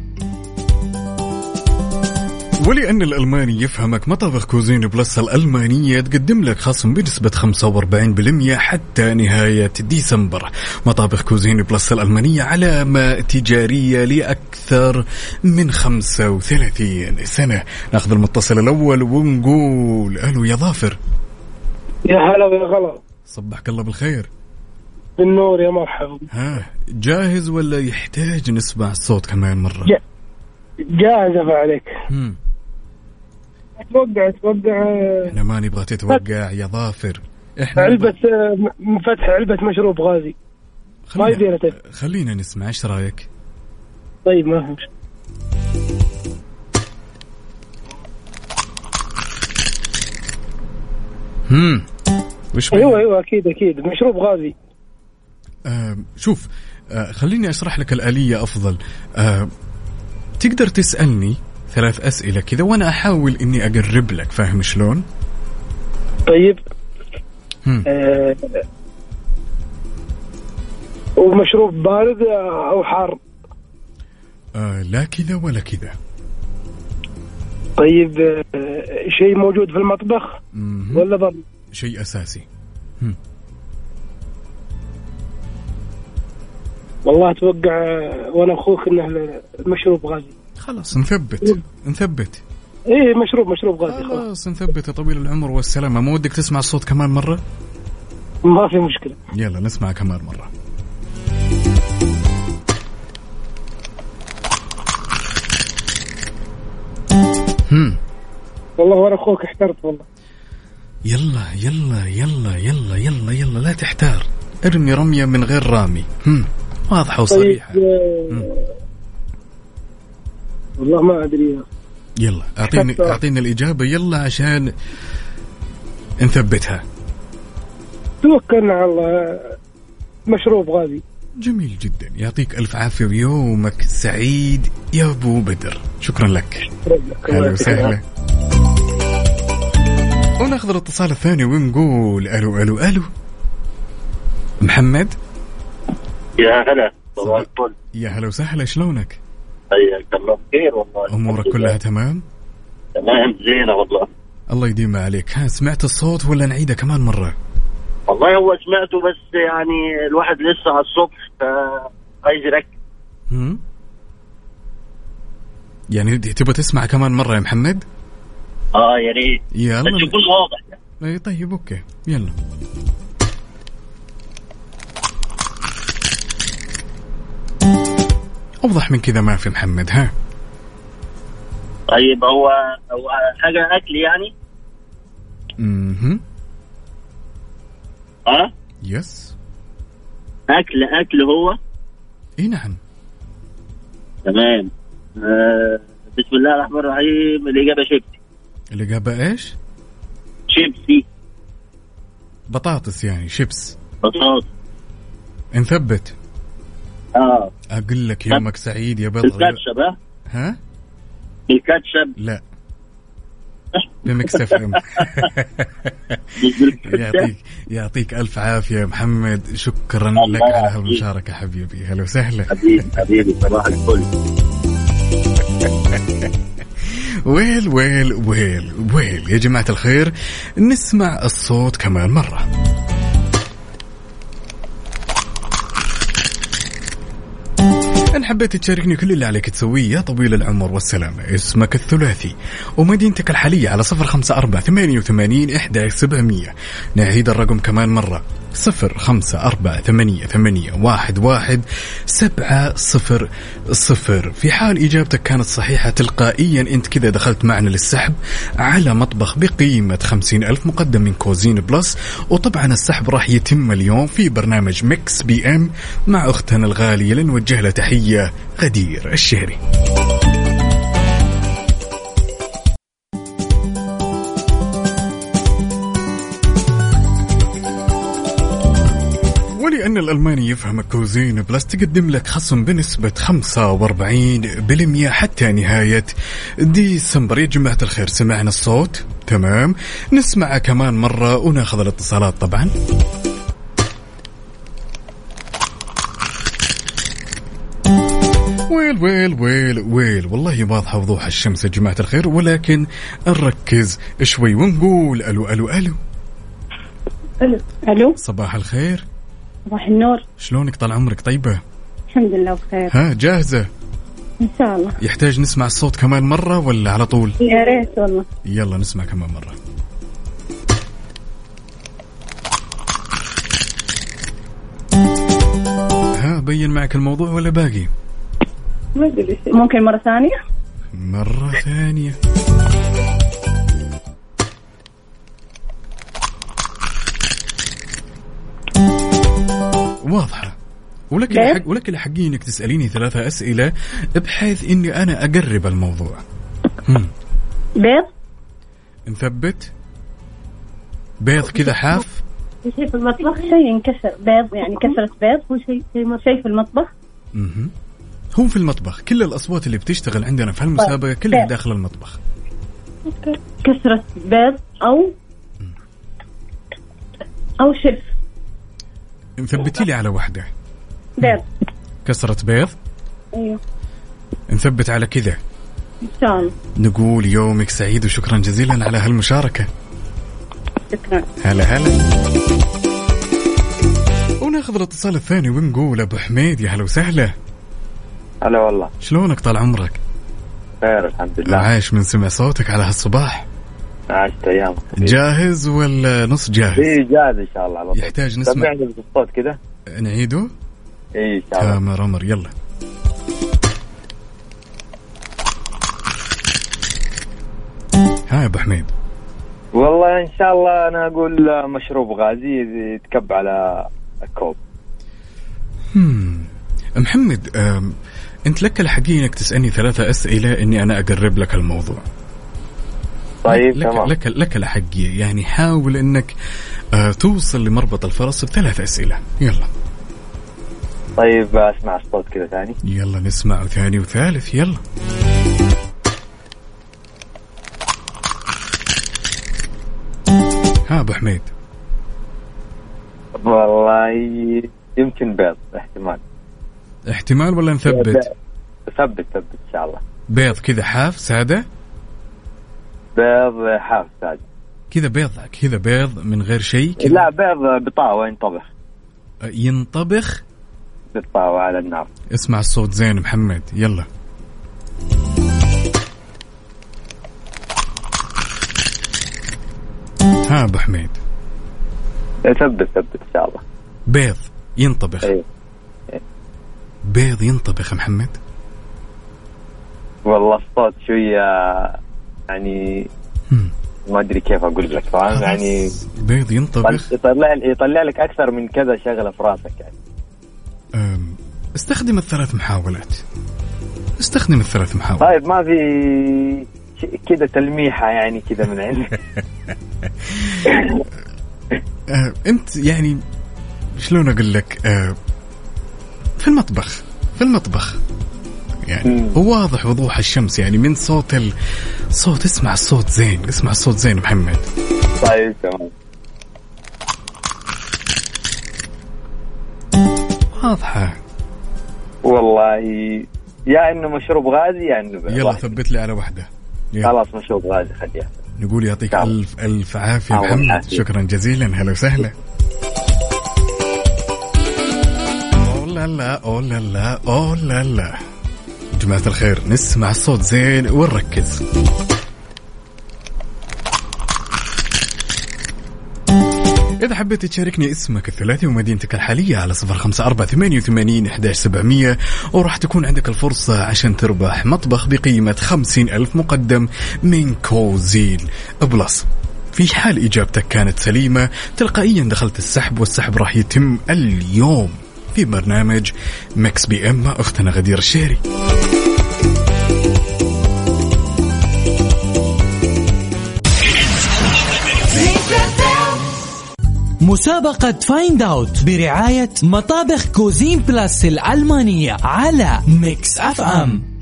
ولأن الألماني يفهمك مطابخ كوزين بلس الألمانية تقدم لك خصم بنسبة 45% حتى نهاية ديسمبر. مطابخ كوزين بلس الألمانية علامة تجارية لأكثر من 35 سنة. ناخذ المتصل الأول ونقول ألو يا ظافر. يا هلا ويا غلا، صبحك الله بالخير. بالنور يا مرحبا. ها جاهز ولا يحتاج نسمع الصوت كمان مرة؟ جاهز عليك. توقع أنا ما نبغى تتوقع يا ظافر. إحنا علبة فتح علبة مشروب غازي. خلينا نسمع، إيش رأيك؟ طيب ما فهمت. ايوه اكيد مشروب غازي. شوف خليني اشرح لك الآلية افضل. تقدر تسألني 3 أسئلة كذا وانا احاول اني اقرب لك، فاهم شلون؟ طيب ومشروب بارد او حار؟ لا كذا ولا كذا. طيب شيء موجود في المطبخ ولا برا؟ شيء أساسي. والله أتوقع وأنا أخوك إنه المشروب غازي. خلاص نثبت. إيه مشروب غازي. خلاص نثبت. طويل العمر والسلامة. ما ودك تسمع الصوت كمان مرة؟ ما في مشكلة. يلا نسمع كمان مرة. والله وأنا أخوك احترت والله. يلا لا تحتار، ارمي رمية من غير رامي. واضحة وصريحة. طيب والله ما أدري. يلا أعطيني الإجابة يلا عشان نثبتها. توكلنا على الله. مشروب غازي. جميل جدا، يعطيك ألف عافية ويومك سعيد يا أبو بدر. شكرا لك. هلا وسهلا. وناخذ الاتصال الثاني ونقول ألو محمد. يا هلا صباح الفل. يا هلا وسهلا، شلونك؟ حياك الله بخير والله. أمورك كلها تمام زينة والله. الله يديم عليك. سمعت الصوت ولا نعيده كمان مرة؟ والله هو سمعته بس يعني الواحد لسه على الصبح عايز يركز. يعني تبغى تسمع كمان مرة يا محمد؟ يا ريت يلا بس يكون واضح يعني. طيب اوكي يلا. اوضح من كذا ما في محمد. ها طيب هو حاجة اكل يعني؟ يس اكل هو. اي نعم تمام. بسم الله الرحمن الرحيم. الإجابة شيبسي. الإجابة إيش؟ شيبسي. بطاطس يعني شيبس. بطاطس. نثبت. أقول لك يومك سعيد يا بطل. الكاتشب. ها؟ الكاتشب. لا بمكسف ام. يعطيك ألف عافية محمد، شكرا لك على هالمشاركة حبيبي. هلا وسهلا حبيبي صباح الفل. ويل ويل ويل ويل يا جماعة الخير، نسمع الصوت كمان مرة. إن حبيت تشاركني كل اللي عليك تسويه يا طويل العمر والسلامة اسمك الثلاثي ومدينتك الحالية على 0548811700. نعيد الرقم كمان مرة 0548811700. في حال إجابتك كانت صحيحة تلقائيا أنت كذا دخلت معنا للسحب على مطبخ بقيمة 50,000 مقدم من كوزين بلس. وطبعا السحب راح يتم اليوم في برنامج ميكس بي ام مع أختنا الغالية لنوجه لها تحية غدير الشهري. ولأن الألماني يفهمك كوزين بلس تقدم لك خصم بنسبة 45% حتى نهاية ديسمبر. يا جماعة الخير سمعنا الصوت تمام، نسمعه كمان مرة وناخذ الاتصالات طبعا. ويل ويل ويل ويل والله واضحة وضوح الشمس يا جماعة الخير، ولكن نركز شوي ونقول ألو ألو ألو. ألو صباح الخير. صباح النور. شلونك طال عمرك؟ طيبة الحمد لله بخير. ها جاهزة إن شاء الله؟ يحتاج نسمع الصوت كمان مرة ولا على طول؟ يا ريت والله. يلا نسمع كمان مرة. ها بين معك الموضوع ولا باقي؟ ممكن مرة ثانية؟ مرة ثانية. واضحة. ولك الحقين انك تسأليني 3 أسئلة بحيث اني انا اقرب الموضوع. بيض. نثبت. بيض كذا حاف. شيء في المطبخ، شيء انكسر. بيض يعني كسرت بيض. هو شيء في المطبخ. هو في المطبخ. كل الأصوات اللي بتشتغل عندنا في هالمسابقة كلها داخل المطبخ. كسرت بيض أو شيف. نثبتي لي على واحدة. بيض. كسرت بيض. أيوه. نثبت على كذا. إن شاء الله. نقول يومك سعيد وشكرا جزيلا على هالمشاركة. شكرا. هلا وناخذ الاتصال الثاني ونقول أبو حميد. يا هلا وسهلا. هلا والله. شلونك طال عمرك؟ خير الحمد لله. عايش من سمع صوتك على هالصباح. عشت أيام. جاهز ولا نص جاهز؟ إيه جاهز إن شاء الله. على طول. يحتاج نسمع. سمعني بالصوت كده. نعيده. إيه إن شاء الله. تامر أمر يلا. ها يا أبو حميد. والله إن شاء الله أنا أقول مشروب غازي يتكب على الكوب. محمد أنت لك الحقيقة إنك تسألني 3 أسئلة إني أنا أقرب لك الموضوع. طيب لك الحقيقة يعني حاول إنك توصل لمربط الفرس ب3 أسئلة. يلا. طيب أسمع الصوت كذا ثاني. يلا نسمع ثاني وثالث. يلا. ها أبو حميد. والله يمكن بيض. احتمال ولا نثبت؟ ثبت إن شاء الله. بيض كذا حاف سادة. بيض حاف سادة كذا بيض من غير شيء. لا بيض بطاوة ينطبخ بالطاوة على النار. اسمع الصوت زين محمد. يلا. ها أبو حميد. ثبت إن شاء الله. بيض ينطبخ. أيه. بيض ينطبخ محمد. والله الصوت شوية يعني ما أدري كيف أقول لك. فاهم يعني بيض ينطبخ. يطلع لك أكثر من كذا شغلة في راسك يعني. استخدم ال3 محاولات. طيب ما في كذا تلميحة يعني كذا من عندي. أنت يعني شلون أقول لك، في المطبخ يعني هو واضح وضوح الشمس يعني من صوت الصوت. اسمع الصوت زين محمد. طيب تمام. واضحة والله، يا إنه مشروب غازي يا إنه يلا ثبت لي على واحدة. خلاص مشروب غازي خليها. نقول يعطيك ألف عافية محمد. شكرا جزيلا. هلا وسهلا. لا جماعة الخير، نسمع الصوت زين ونركز. إذا حبيت تشاركني اسمك الثلاثي ومدينتك الحالية على 0548811700 وراح تكون عندك الفرصة عشان تربح مطبخ بقيمة 50,000 مقدم من كوزين بلس. في حال إجابتك كانت سليمة تلقائيا دخلت السحب، والسحب راح يتم اليوم في برنامج ميكس بي ام مع أختنا غدير الشهري. مسابقة فايند اوت برعاية مطابخ كوزين بلاس الألمانية على ميكس اف ام.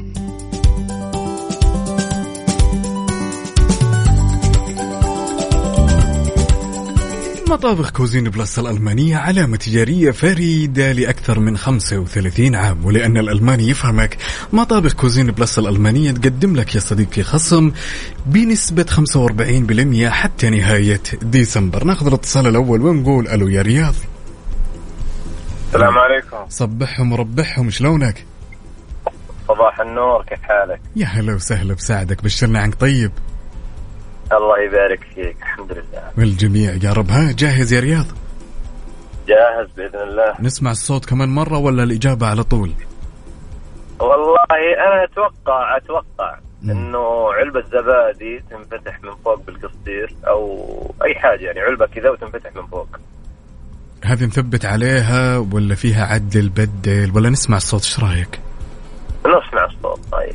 مطابخ كوزين بلس الألمانية علامة تجارية فريدة لأكثر من 35 عام، ولأن الألماني يفهمك مطابخ كوزين بلس الألمانية تقدم لك يا صديقي خصم بنسبة 45% حتى نهاية ديسمبر. ناخذ الاتصال الأول ونقول ألو يا رياض. السلام عليكم. صبحهم وربحهم، شلونك؟ صباح النور، كيف حالك؟ يا هلا وسهلا بساعدك، بشرنا عنك. طيب الله يبارك فيك. الحمد لله والجميع يا رب. ها جاهز يا رياض؟ جاهز بإذن الله. نسمع الصوت كمان مرة ولا الإجابة على طول؟ والله أنا أتوقع إنه علبة زبادي تنفتح من فوق بالقصدير أو أي حاجة يعني علبة كذا وتنفتح من فوق. هذه نثبت عليها ولا فيها عدل بدل ولا نسمع الصوت؟ ايش رايك؟ نسمع الصوت. طيب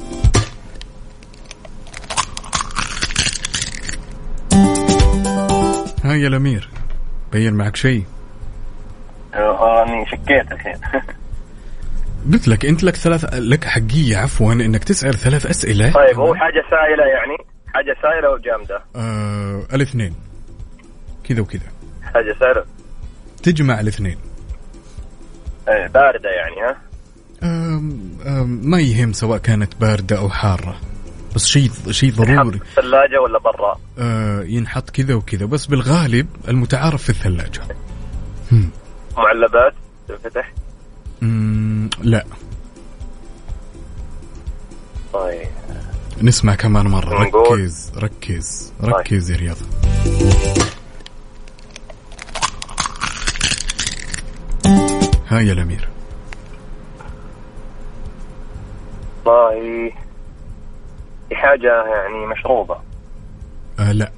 ها يا الأمير، بين معك شيء؟ أني شكيت الحين. قلت لك أنت لك حقية عفوا إنك تسأل 3 أسئلة. طيب هو حاجة سائلة يعني حاجة سائلة وجامدة؟ الاثنين كذا وكذا. حاجة سائلة تجمع الاثنين. باردة يعني ها؟ ما يهم سواء كانت باردة أو حارة، بس شيء ضروري. الثلاجة ولا برا؟ ينحط كذا وكذا، بس بالغالب المتعارف في الثلاجة. معلبات تنفتح؟ لا. طيب نسمع كمان مرة. ركز يا رياض. ها يا الأمير. والله حاجة يعني مشروبة. لا.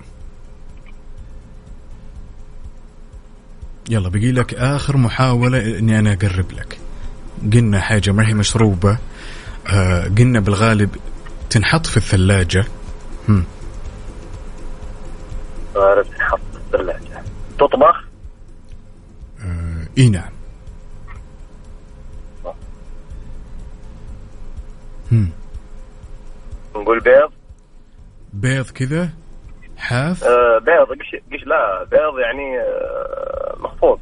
يلا بقي لك آخر محاولة إني أنا أقرب لك. قلنا حاجة ما هي مشروبة، قلنا بالغالب تنحط في الثلاجة. غالب تنحط في الثلاجة. تطبخ؟ إيه نعم. نقول بيض كذا حاف. بيض قش لا بيض يعني مخفوق.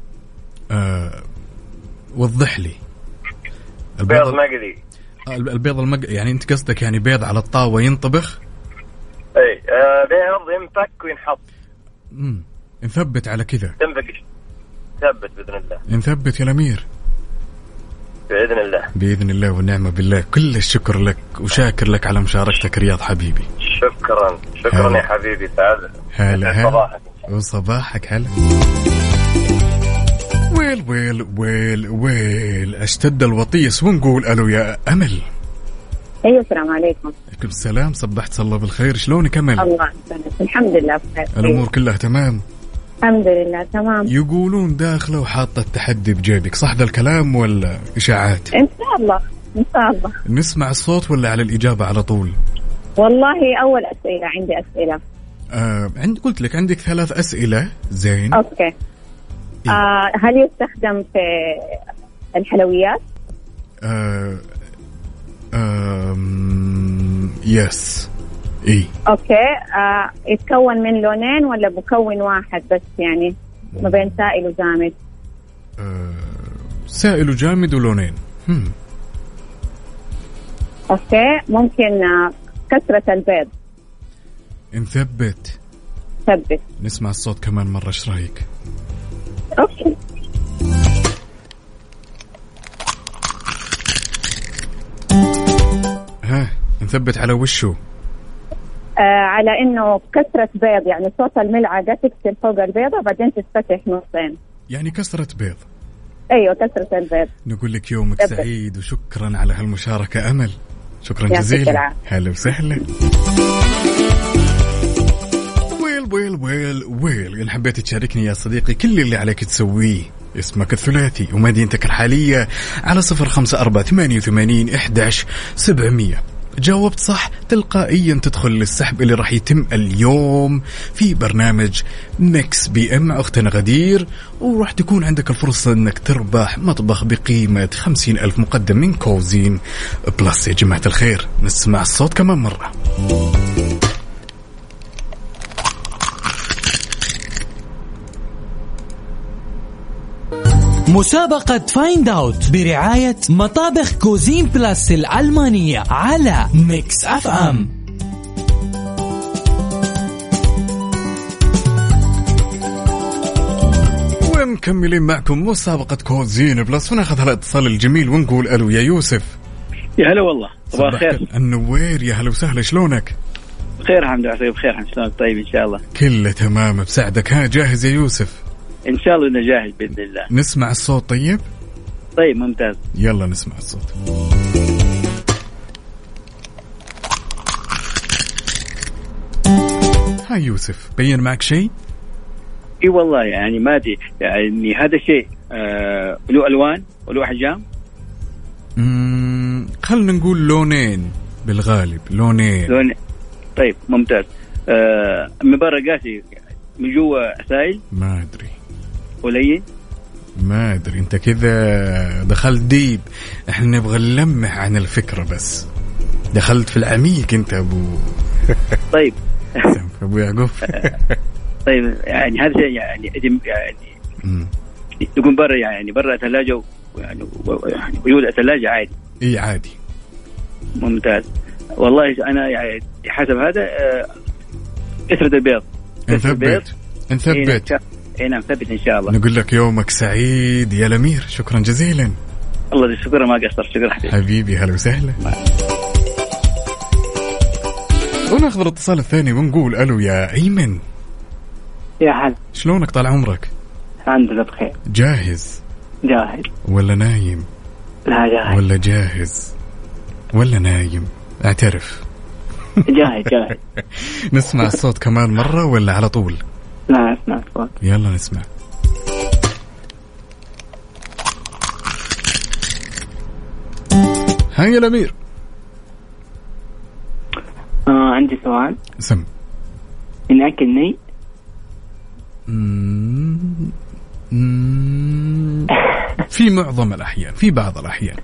وضح لي. البيض مقلي. البيض يعني انت قصدك يعني بيض على الطاوة ينطبخ؟ اي بيض ينفك وينحط. نثبت على كذا. ثبت بإذن الله. نثبت يا الأمير بإذن الله والنعمة بالله. كل الشكر لك وشاكر لك على مشاركتك رياض حبيبي. شكرا يا حبيبي. سعادة. هلا وصباحك. هلا. ويل اشتد الوطيس ونقول ألو يا أمل. ايوه السلام عليكم. عليكم السلام. صبحت الله بالخير، شلونك أمل؟ الله يسلمك. الحمد لله بخير. الأمور كلها تمام؟ الحمد لله تمام. يقولون داخله وحاطة التحدي بجيبك، صح ذا الكلام ولا إشاعات؟ إن شاء الله. نسمع الصوت ولا على الإجابة على طول؟ والله أول أسئلة عندي أسئلة. قلت لك عندك 3 أسئلة. زين. أوكي. هل يستخدم في الحلويات؟ يس. إيه. أوكي. يتكون من لونين ولا مكون واحد بس، يعني ما بين سائل وجامد؟ سائل وجامد ولونين. أوكي. ممكن كسرة البيض؟ نثبت. ثبت. نسمع الصوت كمان مرة، ايش رايك؟ اوكي. نثبت على وشه. على انه كسرة بيض، يعني صوت الملعقة تكسر فوق البيضة بعدين تتفتح نصين، يعني كسرة بيض. ايوه كسرة البيض. نقول لك يومك سعيد وشكرا على هالمشاركة أمل، شكرا جزيلا. هلا وسهلا. ويل إن حبيت تشاركني يا صديقي كل اللي عليك تسويه اسمك الثلاثي ومدينتك الحالية على 0548811700. جاوبت صح تلقائيا تدخل للسحب اللي راح يتم اليوم في برنامج ميكس بي ام مع أختنا غدير، وراح تكون عندك الفرصة أنك تربح مطبخ بقيمة 50,000 مقدم من كوزين بلس. يا جماعة الخير نسمع الصوت كمان مرة. مسابقة فايند اوت برعاية مطابخ كوزين بلاس الألمانية على ميكس اف ام. ومكملين معكم مسابقة كوزين بلاس، وناخذ هالاتصال الجميل ونقول الو يا يوسف. يا هلا والله، صباح الخير. النوير، يا هلا وسهلا، شلونك؟ بخير الحمد لله. بخير الحمد لله. طيب ان شاء الله كله تمام بساعدك. جاهز يا يوسف؟ ان شاء الله انه جاهز باذن الله. نسمع الصوت. طيب ممتاز. يلا نسمع الصوت. هاي يوسف، بين معك شيء؟ اي والله يعني ما ادري، يعني هذا شيء له الوان وله احجام. خلنا نقول لونين بالغالب، لونين. طيب ممتاز. من برا قاسي، من جوا سائل. ما ادري قليل. ما ادري، انت كذا دخلت ديب، احنا نبغى نلمح عن الفكرة بس. دخلت في العميق انت ابو. طيب ابو يعقوب. طيب يعني هذا شيء يعني يكون برا، يعني برا ثلاجة، يعني وجود الثلاجة عادي. اي عادي. ممتاز. والله انا يعني حسب هذا كسرة البيض. نثبت. اي نعم ثبت ان شاء الله. نقول لك يومك سعيد يا الامير، شكرا جزيلا. الله شكرا، ما قصر. شكرا حبيبي. هلا وسهلا. وناخذ الاتصال الثاني ونقول الو يا ايمن. يا هلا، شلونك طال عمرك؟ الحمد لله بخير. جاهز ولا نايم؟ لا جاهز. ولا جاهز ولا نايم؟ اعترف. جاهز. نسمع الصوت كمان مرة ولا على طول؟ لا اسمع الصوت. يلا نسمع. هاي الأمير. عندي سؤال. سم. إن أكل ني؟ في معظم الأحيان، في بعض الأحيان.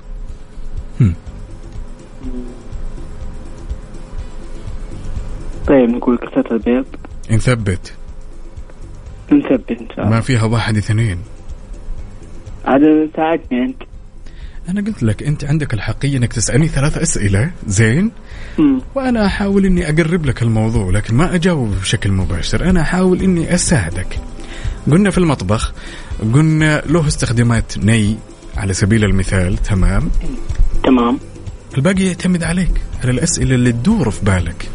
طيب نقول كسرة البيض. نثبت إن شاء الله. ما فيها 1 2. هذا ساعدني أنت. أنا قلت لك أنت عندك الحقية أنك تسألني 3 أسئلة. زين. وأنا أحاول إني أقرب لك الموضوع، لكن ما أجاوب بشكل مباشر. أنا أحاول إني أساعدك. قلنا في المطبخ، قلنا له استخدامات ني على سبيل المثال. تمام. الباقي يعتمد عليك، على الأسئلة اللي تدور في بالك.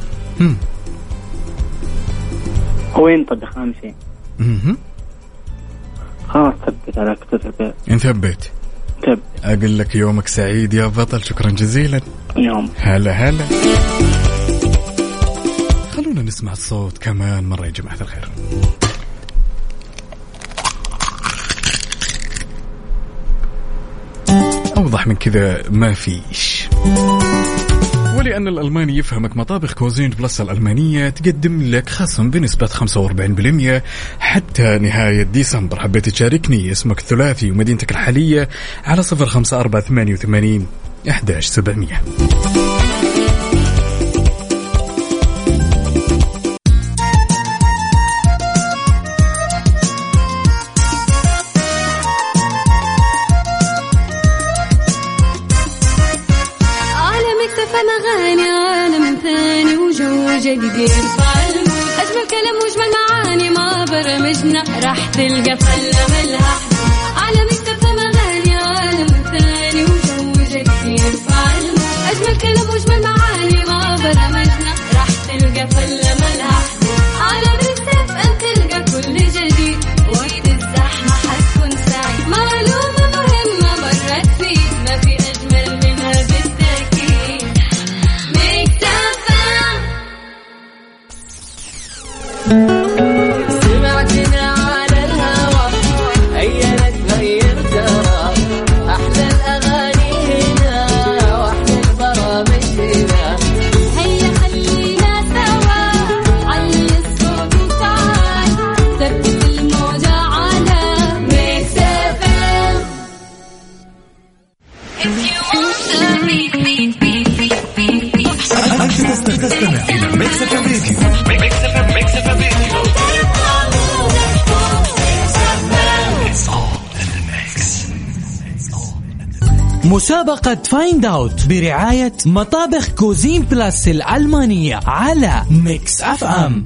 هو ينطبخ أهم شيء. خلاص ثبت على كسرة البيض. نثبت. أقول لك يومك سعيد يا بطل، شكرا جزيلا. يوم. هلا. خلونا نسمع الصوت كمان مرة يا جماعة الخير. أوضح من كذا ما فيش. ولأن الألماني يفهمك، مطابخ كوزين بلس الألمانية تقدم لك خصم بنسبة 45% حتى نهاية ديسمبر. حبيت تشاركني اسمك الثلاثي ومدينتك الحالية على 054881 11700. جديد أجمل كلام وأجمل معاني ما برمجنا راح تلقى فلة ملها على مكتب مغاني عالم ثاني وجو جديد أجمل كلام وأجمل معاني ما برمجنا راح تلقى فلة ملها على مكتب أن تلقى كل جديد وقت الزحمة حتكون سعيد معلومة مهمة مرت فيك ما في أجمل منها بالتأكيد مكتب. سمعتنا على الهوى هيا نتغير ترى أحلى الأغاني هنا وأحلى البرامج هنا هيا خلينا سوا علي الصوت وتعال ثبت الموجة على ميكس اف ام. أنت تستمع إلى ميكس اف ام راديو. ميكس اف ام راديو. مسابقة فايند اوت برعاية مطابخ كوزين بلاس الألمانية على ميكس اف ام.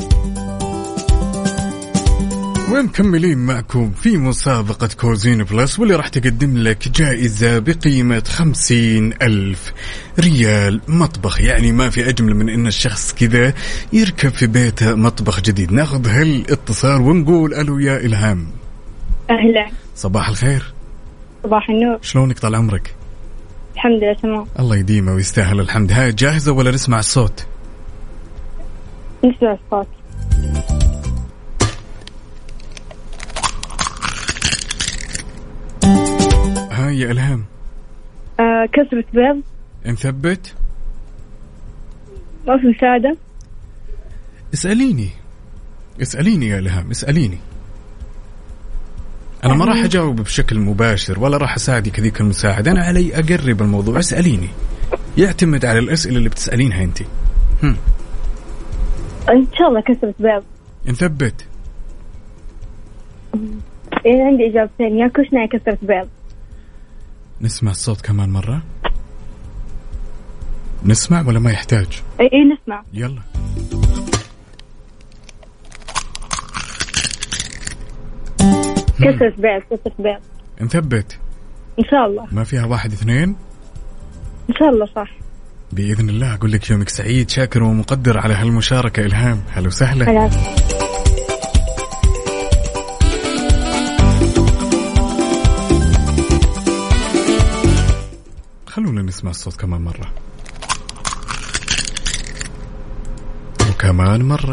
ومكملين معكم في مسابقة كوزين بلس، واللي راح تقدم لك جائزة بقيمة 50,000 ريال مطبخ. يعني ما في أجمل من إن الشخص كذا يركب في بيته مطبخ جديد. ناخذ هالاتصال ونقول ألو يا إلهام. أهلا. صباح الخير. صباح النور. شلونك طال عمرك؟ الحمد لله تمام. الله يديمه ويستاهل الحمد. هاي جاهزة ولا نسمع الصوت؟ نسمع الصوت. هاي يا إلهام. كسرة بيض. نثبت. ما في مساعدة. اسأليني يا إلهام، اسأليني. أنا ما راح أجاوب بشكل مباشر ولا راح أساعدك هذيك المساعدة، أنا علي أقرب الموضوع. اسأليني، يعتمد على الأسئلة اللي بتسألينها أنت. إن شاء الله كسرة بيض. نثبت. إيه عندي إجابتين، يا كشنا يا كسرة بيض. نسمع الصوت كمان مرة. نسمع ولا ما يحتاج؟ إيه نسمع. يلا. كسرة بيض. نثبت. إن شاء الله. ما فيها 1 2. إن شاء الله صح. بإذن الله. أقول لك يومك سعيد، شاكر ومقدر على هالمشاركة إلهام. هلا وسهلا. خلاص. خلونا نسمع الصوت كمان مرة وكمان مرة.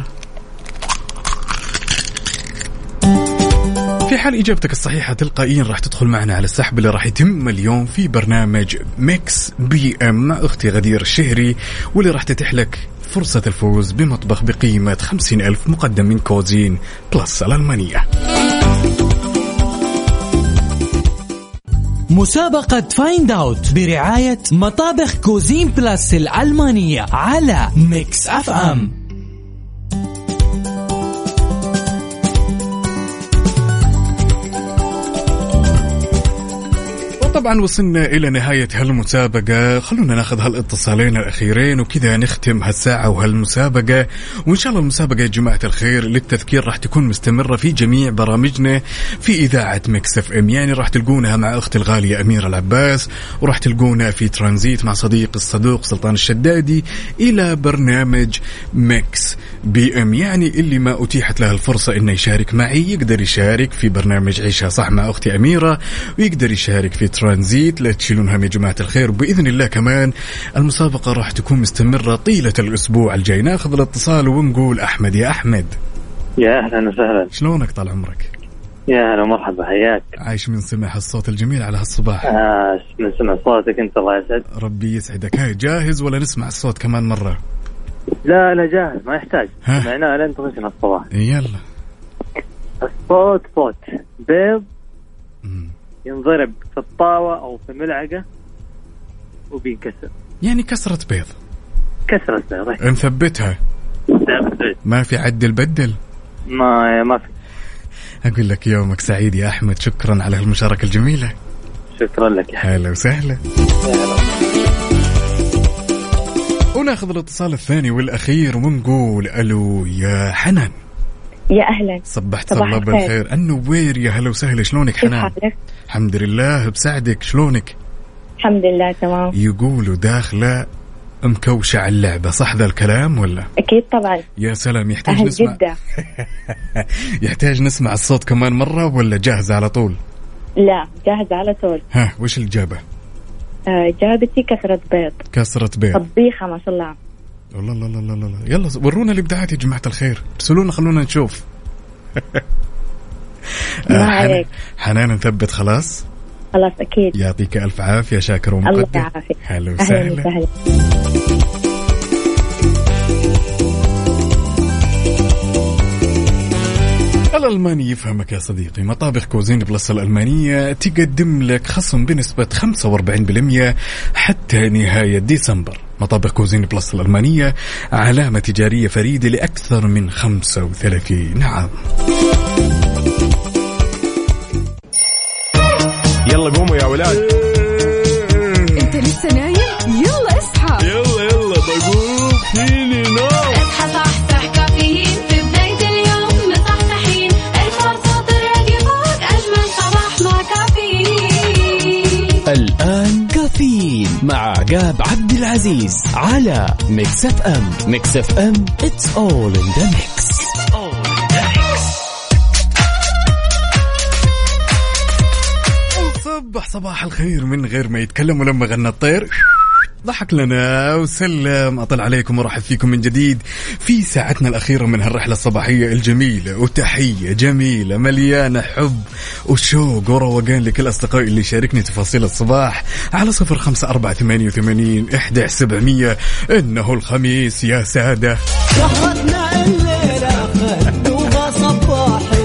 في حال إجابتك الصحيحة تلقائيا راح تدخل معنا على السحب اللي راح يتم اليوم في برنامج ميكس بي ام مع أختي غدير الشهري، واللي راح تتيح لك فرصة الفوز بمطبخ بقيمة 50,000 مقدم من كوزين بلس الألمانية. مسابقة فايند اوت برعاية مطابخ كوزين بلاس الألمانية على ميكس اف ام. طبعا وصلنا إلى نهاية هالمسابقة. خلونا ناخذ هالاتصالين الأخيرين وكذا نختم هالساعة وهالمسابقة. وإن شاء الله المسابقة يا جماعة الخير للتذكير راح تكون مستمرة في جميع برامجنا في إذاعة ميكس اف ام. يعني راح تلقونها مع أختي الغالية أميرة العباس، وراح تلقونها في ترانزيت مع صديق الصدوق سلطان الشدادي، إلى برنامج ميكس بي ام. يعني اللي ما أتيحت له الفرصة إنه يشارك معي يقدر يشارك في برنامج عيشها صح مع أختي أميرة، ويقدر يشارك في ترانزيت. لا تشيلونها يا جماعة الخير. وبإذن الله كمان المسابقة راح تكون مستمرة طيلة الأسبوع الجاي. ناخذ الاتصال ونقول أحمد. يا أحمد. يا أهلا وسهلا. شلونك طال عمرك؟ يا هلا مرحبا حياك. عايش من سمع الصوت الجميل على هالصباح. من سمع صوتك أنت الله يسعد. ربي يسعدك. هاي جاهز ولا نسمع الصوت كمان مرة؟ لا جاهز ما يحتاج. سمعناه لين تغشنا الصباح. يلا. الصوت صوت بيض ينضرب في الطاوة أو في ملعقة وبينكسر. يعني كسرة بيض. كسرة بيض. نثبتها. ما في عدل بدل. ما في. أقول لك يومك سعيد يا أحمد. شكرا على هالمشاركة الجميلة. شكرا لك يا هلا وسهلا. وناخذ الاتصال الثاني والأخير ونقول ألو يا حنان. يا أهلا. صبحت الله بالخير. النوير يا هلا وسهلا. شلونك حنان؟ الحمد لله بسعدك. شلونك؟ الحمد لله تمام. يقولوا داخلة مكوشة على اللعبة، صح ذا الكلام ولا؟ أكيد طبعا. يا سلام. يحتاج نسمع جدة. يحتاج نسمع الصوت كمان مرة ولا جاهزة على طول؟ لا جاهزة على طول. ها وش الإجابة؟ جابتي كسرة بيض. كسرة بيض. طبيخة ما شاء الله. والله لا يلا ورونا الإبداعات يا جماعة الخير. ارسلونا خلونا نشوف. حنان نثبت خلاص أكيد. يعطيك ألف عافية. شاكر ومقدر. الله يعافيك. هلا وسهلا. الألماني يفهمك يا صديقي. مطابخ كوزين بلس الألمانية تقدم لك خصم بنسبة 45% حتى نهاية ديسمبر. مطابخ كوزين بلس الألمانية علامة تجارية فريدة لأكثر من 35 عام. يلا قوموا يا ولاد. انت لسه نايم؟ يلا اصحى. يلا بقوم فيني نوم. اصحى صحصح كافيين في بداية اليوم مصحصحين. الفرصة الراديو فوق أجمل صباح مع كافيين. الآن كافيين مع عقاب عبد العزيز على ميكس اف ام. ميكس اف ام it's all in the mix. صباح الخير من غير ما يتكلم ولما غنى الطير ضحك لنا وسلم. أطل عليكم ورحب فيكم من جديد في ساعتنا الأخيرة من هالرحلة الصباحية الجميلة. وتحية جميلة مليانة حب وشوق وروقان لكل أصدقائي اللي شاركني تفاصيل الصباح على 0548811700. إنه الخميس يا سادة. شهرتنا الليلة خلوها صباحي.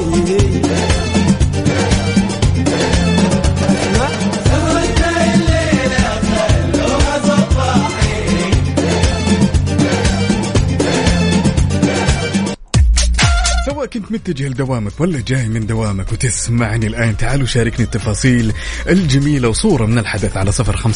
كنت متجه لدوامك ولا جاي من دوامك وتسمعني الآن، تعالوا شاركني التفاصيل الجميلة وصورة من الحدث على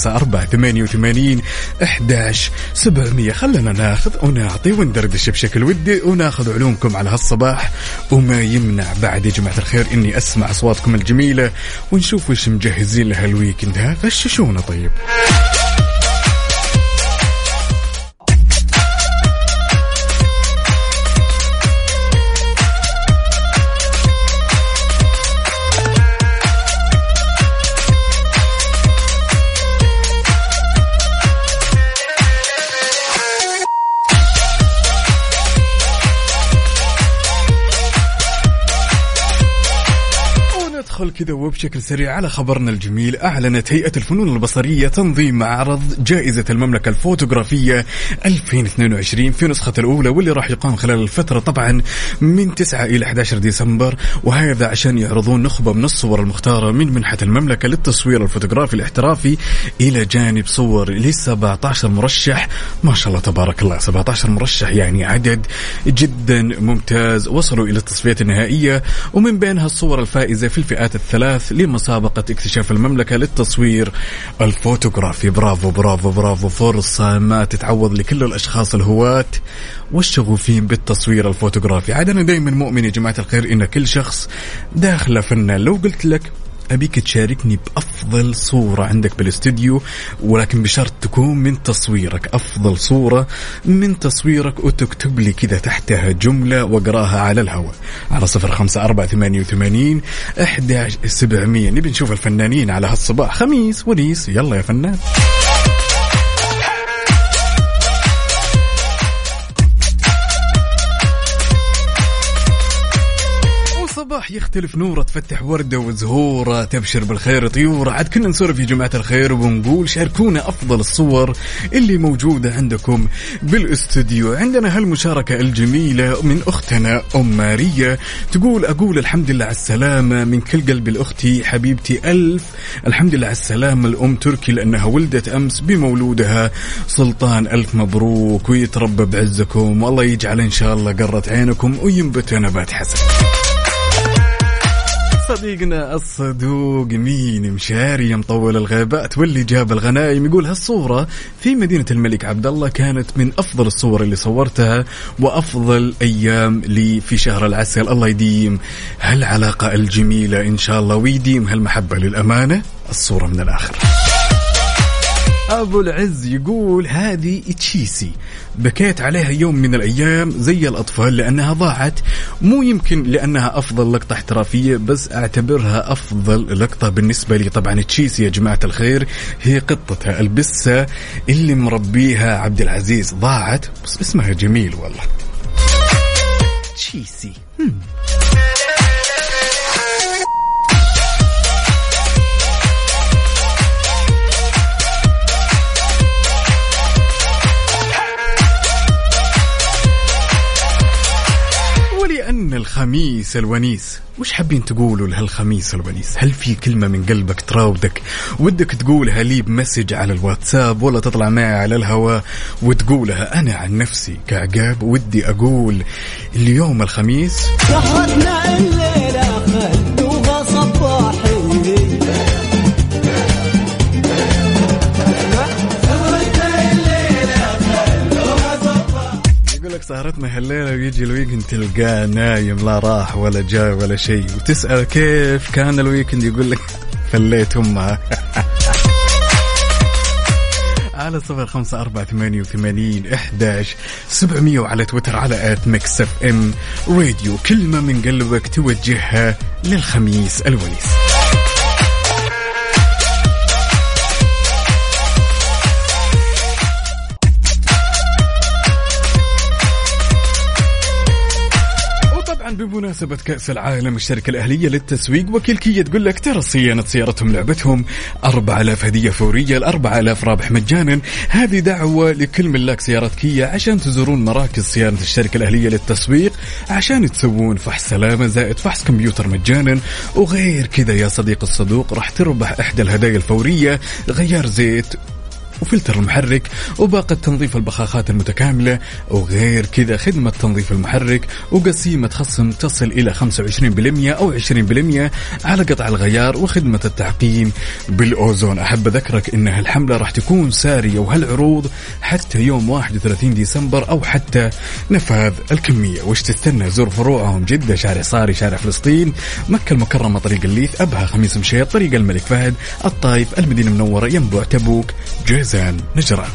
0548811700. خلنا ناخذ ونعطي وندردش بشكل ودي وناخذ علومكم على هالصباح. وما يمنع بعد يا جماعة الخير إني أسمع أصواتكم الجميلة ونشوف وش مجهزين لها الويكند. ها غششونا طيب. ندخل كذا وبشكل سريع على خبرنا الجميل. أعلنت هيئة الفنون البصرية تنظيم معرض جائزة المملكة الفوتوغرافية 2022 في نسخة الأولى، واللي راح يقام خلال الفترة طبعا من 9 إلى 11 ديسمبر، وهذا عشان يعرضون نخبة من الصور المختارة من منحة المملكة للتصوير الفوتوغرافي الاحترافي إلى جانب صور ل 17 مرشح. ما شاء الله تبارك الله، 17 مرشح يعني عدد جدا ممتاز. وصلوا إلى التصفيات النهائية، ومن بينها الصور الفائزة في الفئات الثلاث لمسابقة اكتشاف المملكة للتصوير الفوتوغرافي. برافو برافو برافو، فرصة ما تتعوض لكل الأشخاص الهواة والشغوفين بالتصوير الفوتوغرافي. عاد أنا دايما مؤمن يا جماعة الخير إن كل شخص داخل فنان. لو قلت لك أبيك تشاركني بأفضل صورة عندك بالاستوديو، ولكن بشرط تكون من تصويرك، أفضل صورة من تصويرك، وتكتب لي كذا تحتها جملة وقراها على الهواء على 0548811700. نبي نشوف الفنانين على هالصباح. خميس ونيس، يلا يا فنان. الصباح يختلف نوره، تفتح وردة وزهورة، تبشر بالخير طيورة. عاد كنا نسولف يا جماعة الخير ونقول شاركونا أفضل الصور اللي موجودة عندكم بالاستوديو. عندنا هالمشاركة الجميلة من أختنا أم ماريا، تقول أقول الحمد لله على السلامة من كل قلب الأختي حبيبتي، ألف الحمد لله على السلامة الأم تركي لأنها ولدت أمس بمولودها سلطان. ألف مبروك ويتربى بعزكم، والله يجعل إن شاء الله قرة عينكم وينبت نبات حسن. صديقنا الصدوق مين مشاري مطول الغابات واللي جاب الغنايم يقول هالصورة في مدينة الملك عبد الله كانت من أفضل الصور اللي صورتها وأفضل أيام لي في شهر العسل. الله يديم هالعلاقة الجميلة إن شاء الله ويديم هالمحبة للأمانة. الصورة من الآخر. أبو العز يقول هذه تشيسي بكيت عليها يوم من الأيام زي الأطفال لأنها ضاعت، مو يمكن لأنها أفضل لقطة احترافية بس أعتبرها أفضل لقطة بالنسبة لي. طبعا تشيسي يا جماعة الخير هي قطتها البسة اللي مربيها عبد العزيز، ضاعت بس اسمها جميل والله تشيسي. ولأن الخميس الونيس، وش حابين تقولوا لهالخميس الونيس؟ هل في كلمة من قلبك تراودك ودك تقولها لي بمسج على الواتساب ولا تطلع معي على الهواء وتقولها؟ أنا عن نفسي كعقاب ودي أقول اليوم الخميس سهرتنا الليلة خلوها صباحي، لك سهرتنا هالليلة ويجي الويكند تلقاه نايم لا راح ولا جاي ولا شيء، وتسأل كيف كان الويكند يقول لك فليت أمها. على 0548811700 وعلى تويتر على @mixfm راديو. كلمة من قلبك توجهها للخميس الونيس. بمناسبة كأس العالم الشركة الأهلية للتسويق وكيل كيا تقول لك ترى صيانة سيارتهم لعبتهم 4000 هدية فورية، 4000 رابح مجانا. هذه دعوة لكل ملاك سيارات كيا عشان تزورون مراكز صيانة الشركة الأهلية للتسويق عشان تسوون فحص سلامة زائد فحص كمبيوتر مجانا. وغير كذا يا صديق الصدوق راح تربح إحدى الهدايا الفورية غيار زيت وفلتر المحرك وباقة تنظيف البخاخات المتكاملة. وغير كذا خدمة تنظيف المحرك وقسيمة خصم تصل إلى 25% أو 20% على قطع الغيار وخدمة التعقيم بالأوزون. أحب أذكرك إن هالحملة راح تكون سارية وهالعروض حتى يوم 31 ديسمبر أو حتى نفاذ الكمية. وش تستنى؟ زور فروعهم جدة، شارع صاري، شارع فلسطين، مكة المكرمة، طريق الليث، أبها، خميس مشيط، طريق الملك فهد، الطايف، المدينة المنورة، ينبع، تبوك، جازان، نجران.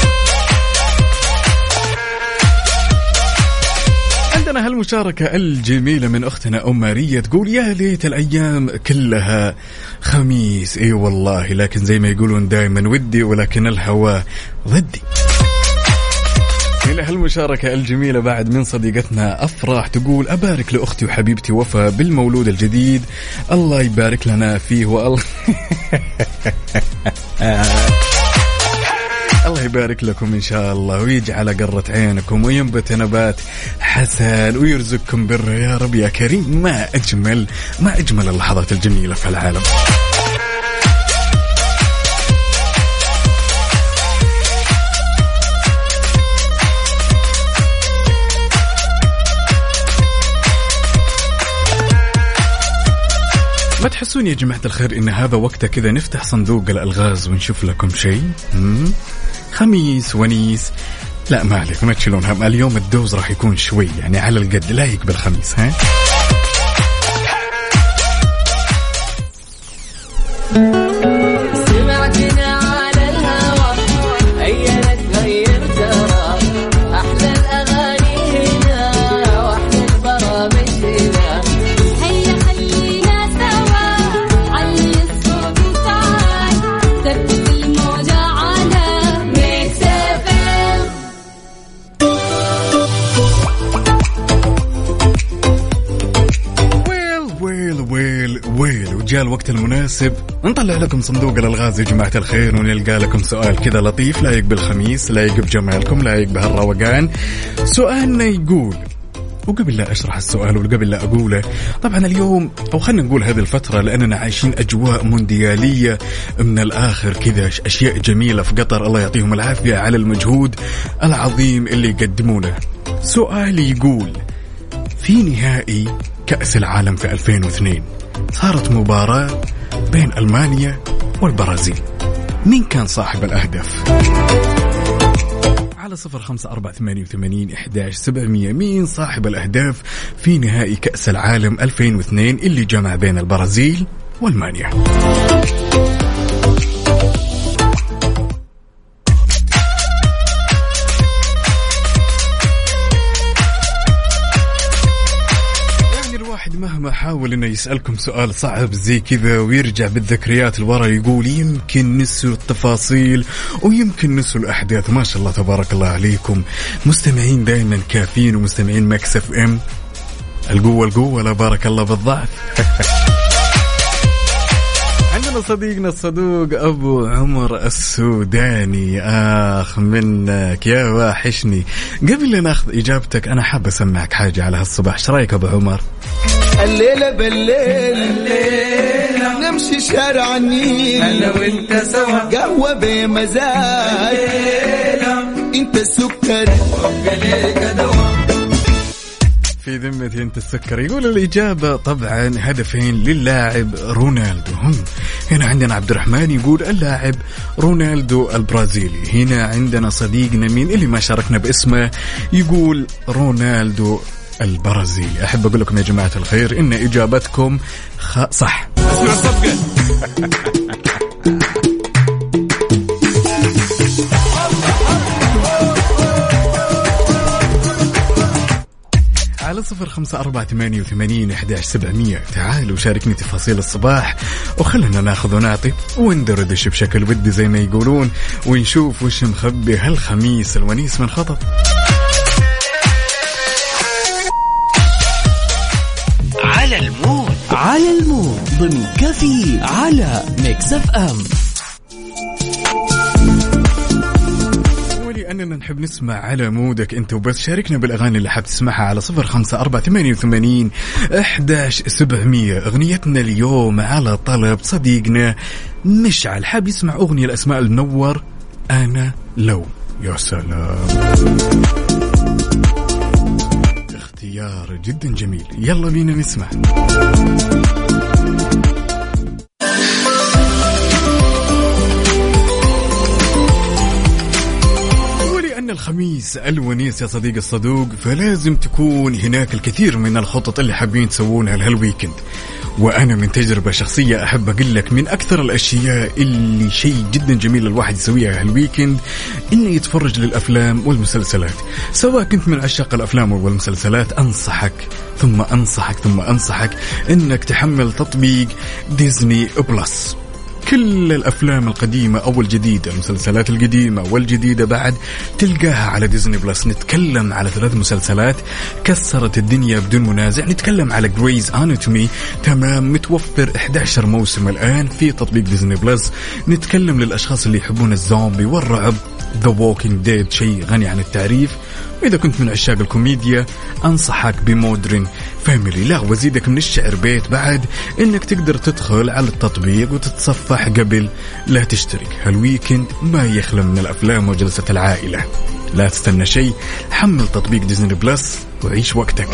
عندنا هالمشاركة الجميلة من أختنا أم ماريا تقول يا ليت الأيام كلها خميس. إيه والله، لكن زي ما يقولون دائما ودي ولكن الهوى ضدي. إلى هالمشاركة الجميلة بعد من صديقتنا أفراح تقول أبارك لأختي وحبيبتي وفاء بالمولود الجديد، الله يبارك لنا فيه والله الله يبارك لكم إن شاء الله ويجعل قرة عينكم وينبت نبات حسن ويرزقكم بر يا رب يا كريم. ما أجمل اللحظات الجميلة في العالم. ما تحسون يا جماعة الخير إن هذا وقته كذا نفتح صندوق الألغاز ونشوف لكم شيء؟ خميس ونيس. لا ما عليك، ما تشيلون هم، اليوم الدوز راح يكون شوي يعني على القد، لا يقبل خميس. ها جاء الوقت المناسب نطلع لكم صندوق الألغاز يا جماعة الخير، ونلقى لكم سؤال كذا لطيف لايق بالخميس، لايق بجمالكم، لايق بهالروقان. سؤالنا يقول، وقبل لا أشرح السؤال وقبل لا أقوله، طبعا اليوم أو خلنا نقول هذه الفترة لأننا عايشين أجواء مونديالية من الآخر كذا، أشياء جميلة في قطر، الله يعطيهم العافية على المجهود العظيم اللي يقدمونه. سؤالي يقول، في نهائي كأس العالم في 2002 صارت مباراة بين ألمانيا والبرازيل، مين كان صاحب الأهداف؟ على 0548811700 مين صاحب الأهداف في نهائي كأس العالم 2002 اللي جمع بين البرازيل والمانيا؟ مهما حاول انه يسألكم سؤال صعب زي كذا ويرجع بالذكريات لورا، يقول يمكن نسوا التفاصيل ويمكن نسوا الأحداث. ما شاء الله تبارك الله عليكم مستمعين دائما كافيين ومستمعين ميكس اف ام. القوة لا بارك الله بالضعف. عندنا صديقنا الصدوق أبو عمر السوداني، آخ منك يا واحشني. قبل لا ناخذ إجابتك أنا حاب أسمعك حاجة على هالصباح، ايش رايك أبو عمر؟ الليلة بالليل نمشي شارع النيل أنا وانت سوا، قهوة بمزاج انت السكر وبليك دوا في ذمتي انت السكر. يقول الإجابة طبعا هدفين للاعب رونالدو. هنا عندنا عبد الرحمن يقول اللاعب رونالدو البرازيلي. هنا عندنا صديقنا مين اللي ما شاركنا باسمه يقول رونالدو البرازيلي. أحب أقول لكم يا جماعة الخير إن إجابتكم صح. على 0548811700 تعالوا شاركني تفاصيل الصباح وخلنا ناخذ ونعطي وندردش بشكل ودي زي ما يقولون، ونشوف وش مخبي هالخميس الونيس من خطط. على المود ضمن كفي على ميكس اف ام. أننا نحب نسمع على مودك أنت وبس. شاركنا بالأغاني اللي حاب تسمعها على 0548811700. أغنيتنا اليوم على طلب صديقنا مشعل، حاب يسمع أغنية الأسماء المنور أنا لو. يا سلام، اختيار جدا جميل، يلا بينا نسمع. الخميس الونيس يا صديق الصدوق، فلازم تكون هناك الكثير من الخطط اللي حابين تسوونها لهالويكند. وأنا من تجربة شخصية أحب أقول لك من أكثر الأشياء اللي شيء جدا جميل الواحد يسويها هالويكند إنه يتفرج للأفلام والمسلسلات. سواء كنت من عشاق الأفلام والمسلسلات أنصحك ثم أنصحك ثم أنصحك إنك تحمل تطبيق ديزني بلس. كل الأفلام القديمة أو الجديدة، المسلسلات القديمة والجديدة بعد تلقاها على ديزني بلس. نتكلم على 3 مسلسلات كسرت الدنيا بدون منازع. نتكلم على جريز أناتومي، تمام، متوفر 11 موسم الآن في تطبيق ديزني بلس. نتكلم للأشخاص اللي يحبون الزومبي والرعب، The Walking Dead شيء غني عن التعريف. إذا كنت من عشاق الكوميديا أنصحك بمودرن فاميلي. لا وزيدك من الشعر بيت بعد إنك تقدر تدخل على التطبيق وتتصفح قبل لا تشترك. هالويكند ما يخلى من الأفلام وجلسة العائلة. لا تستنى شيء، حمل تطبيق ديزني بلس وعيش وقتك.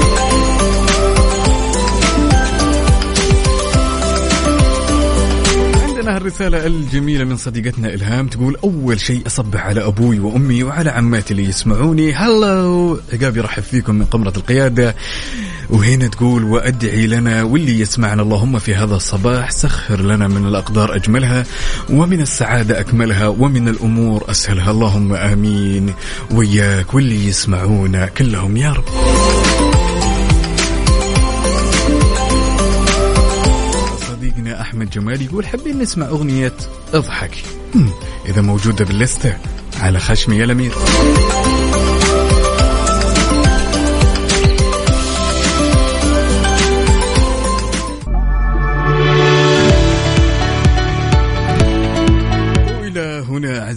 الرسالة الجميلة من صديقتنا إلهام تقول أول شيء أصبح على أبوي وأمي وعلى عماتي اللي يسمعوني. هلو عقاب يرحب فيكم من قمرة القيادة. وهنا تقول وأدعي لنا واللي يسمعنا اللهم في هذا الصباح سخر لنا من الأقدار أجملها ومن السعادة أكملها ومن الأمور أسهلها. اللهم آمين وياك واللي يسمعونا كلهم يا رب. أحمد جمال يقول حابين نسمع أغنية اضحك، إذا موجودة باللستة على خشمي يا الأمير.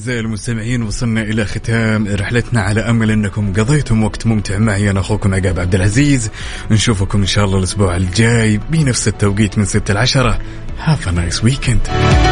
أعزائي المستمعين وصلنا إلى ختام رحلتنا، على أمل أنكم قضيتم وقت ممتع معي. أنا أخوكم عقاب عبد العزيز، نشوفكم إن شاء الله الأسبوع الجاي بنفس التوقيت من 6 ل 10. Have a nice weekend.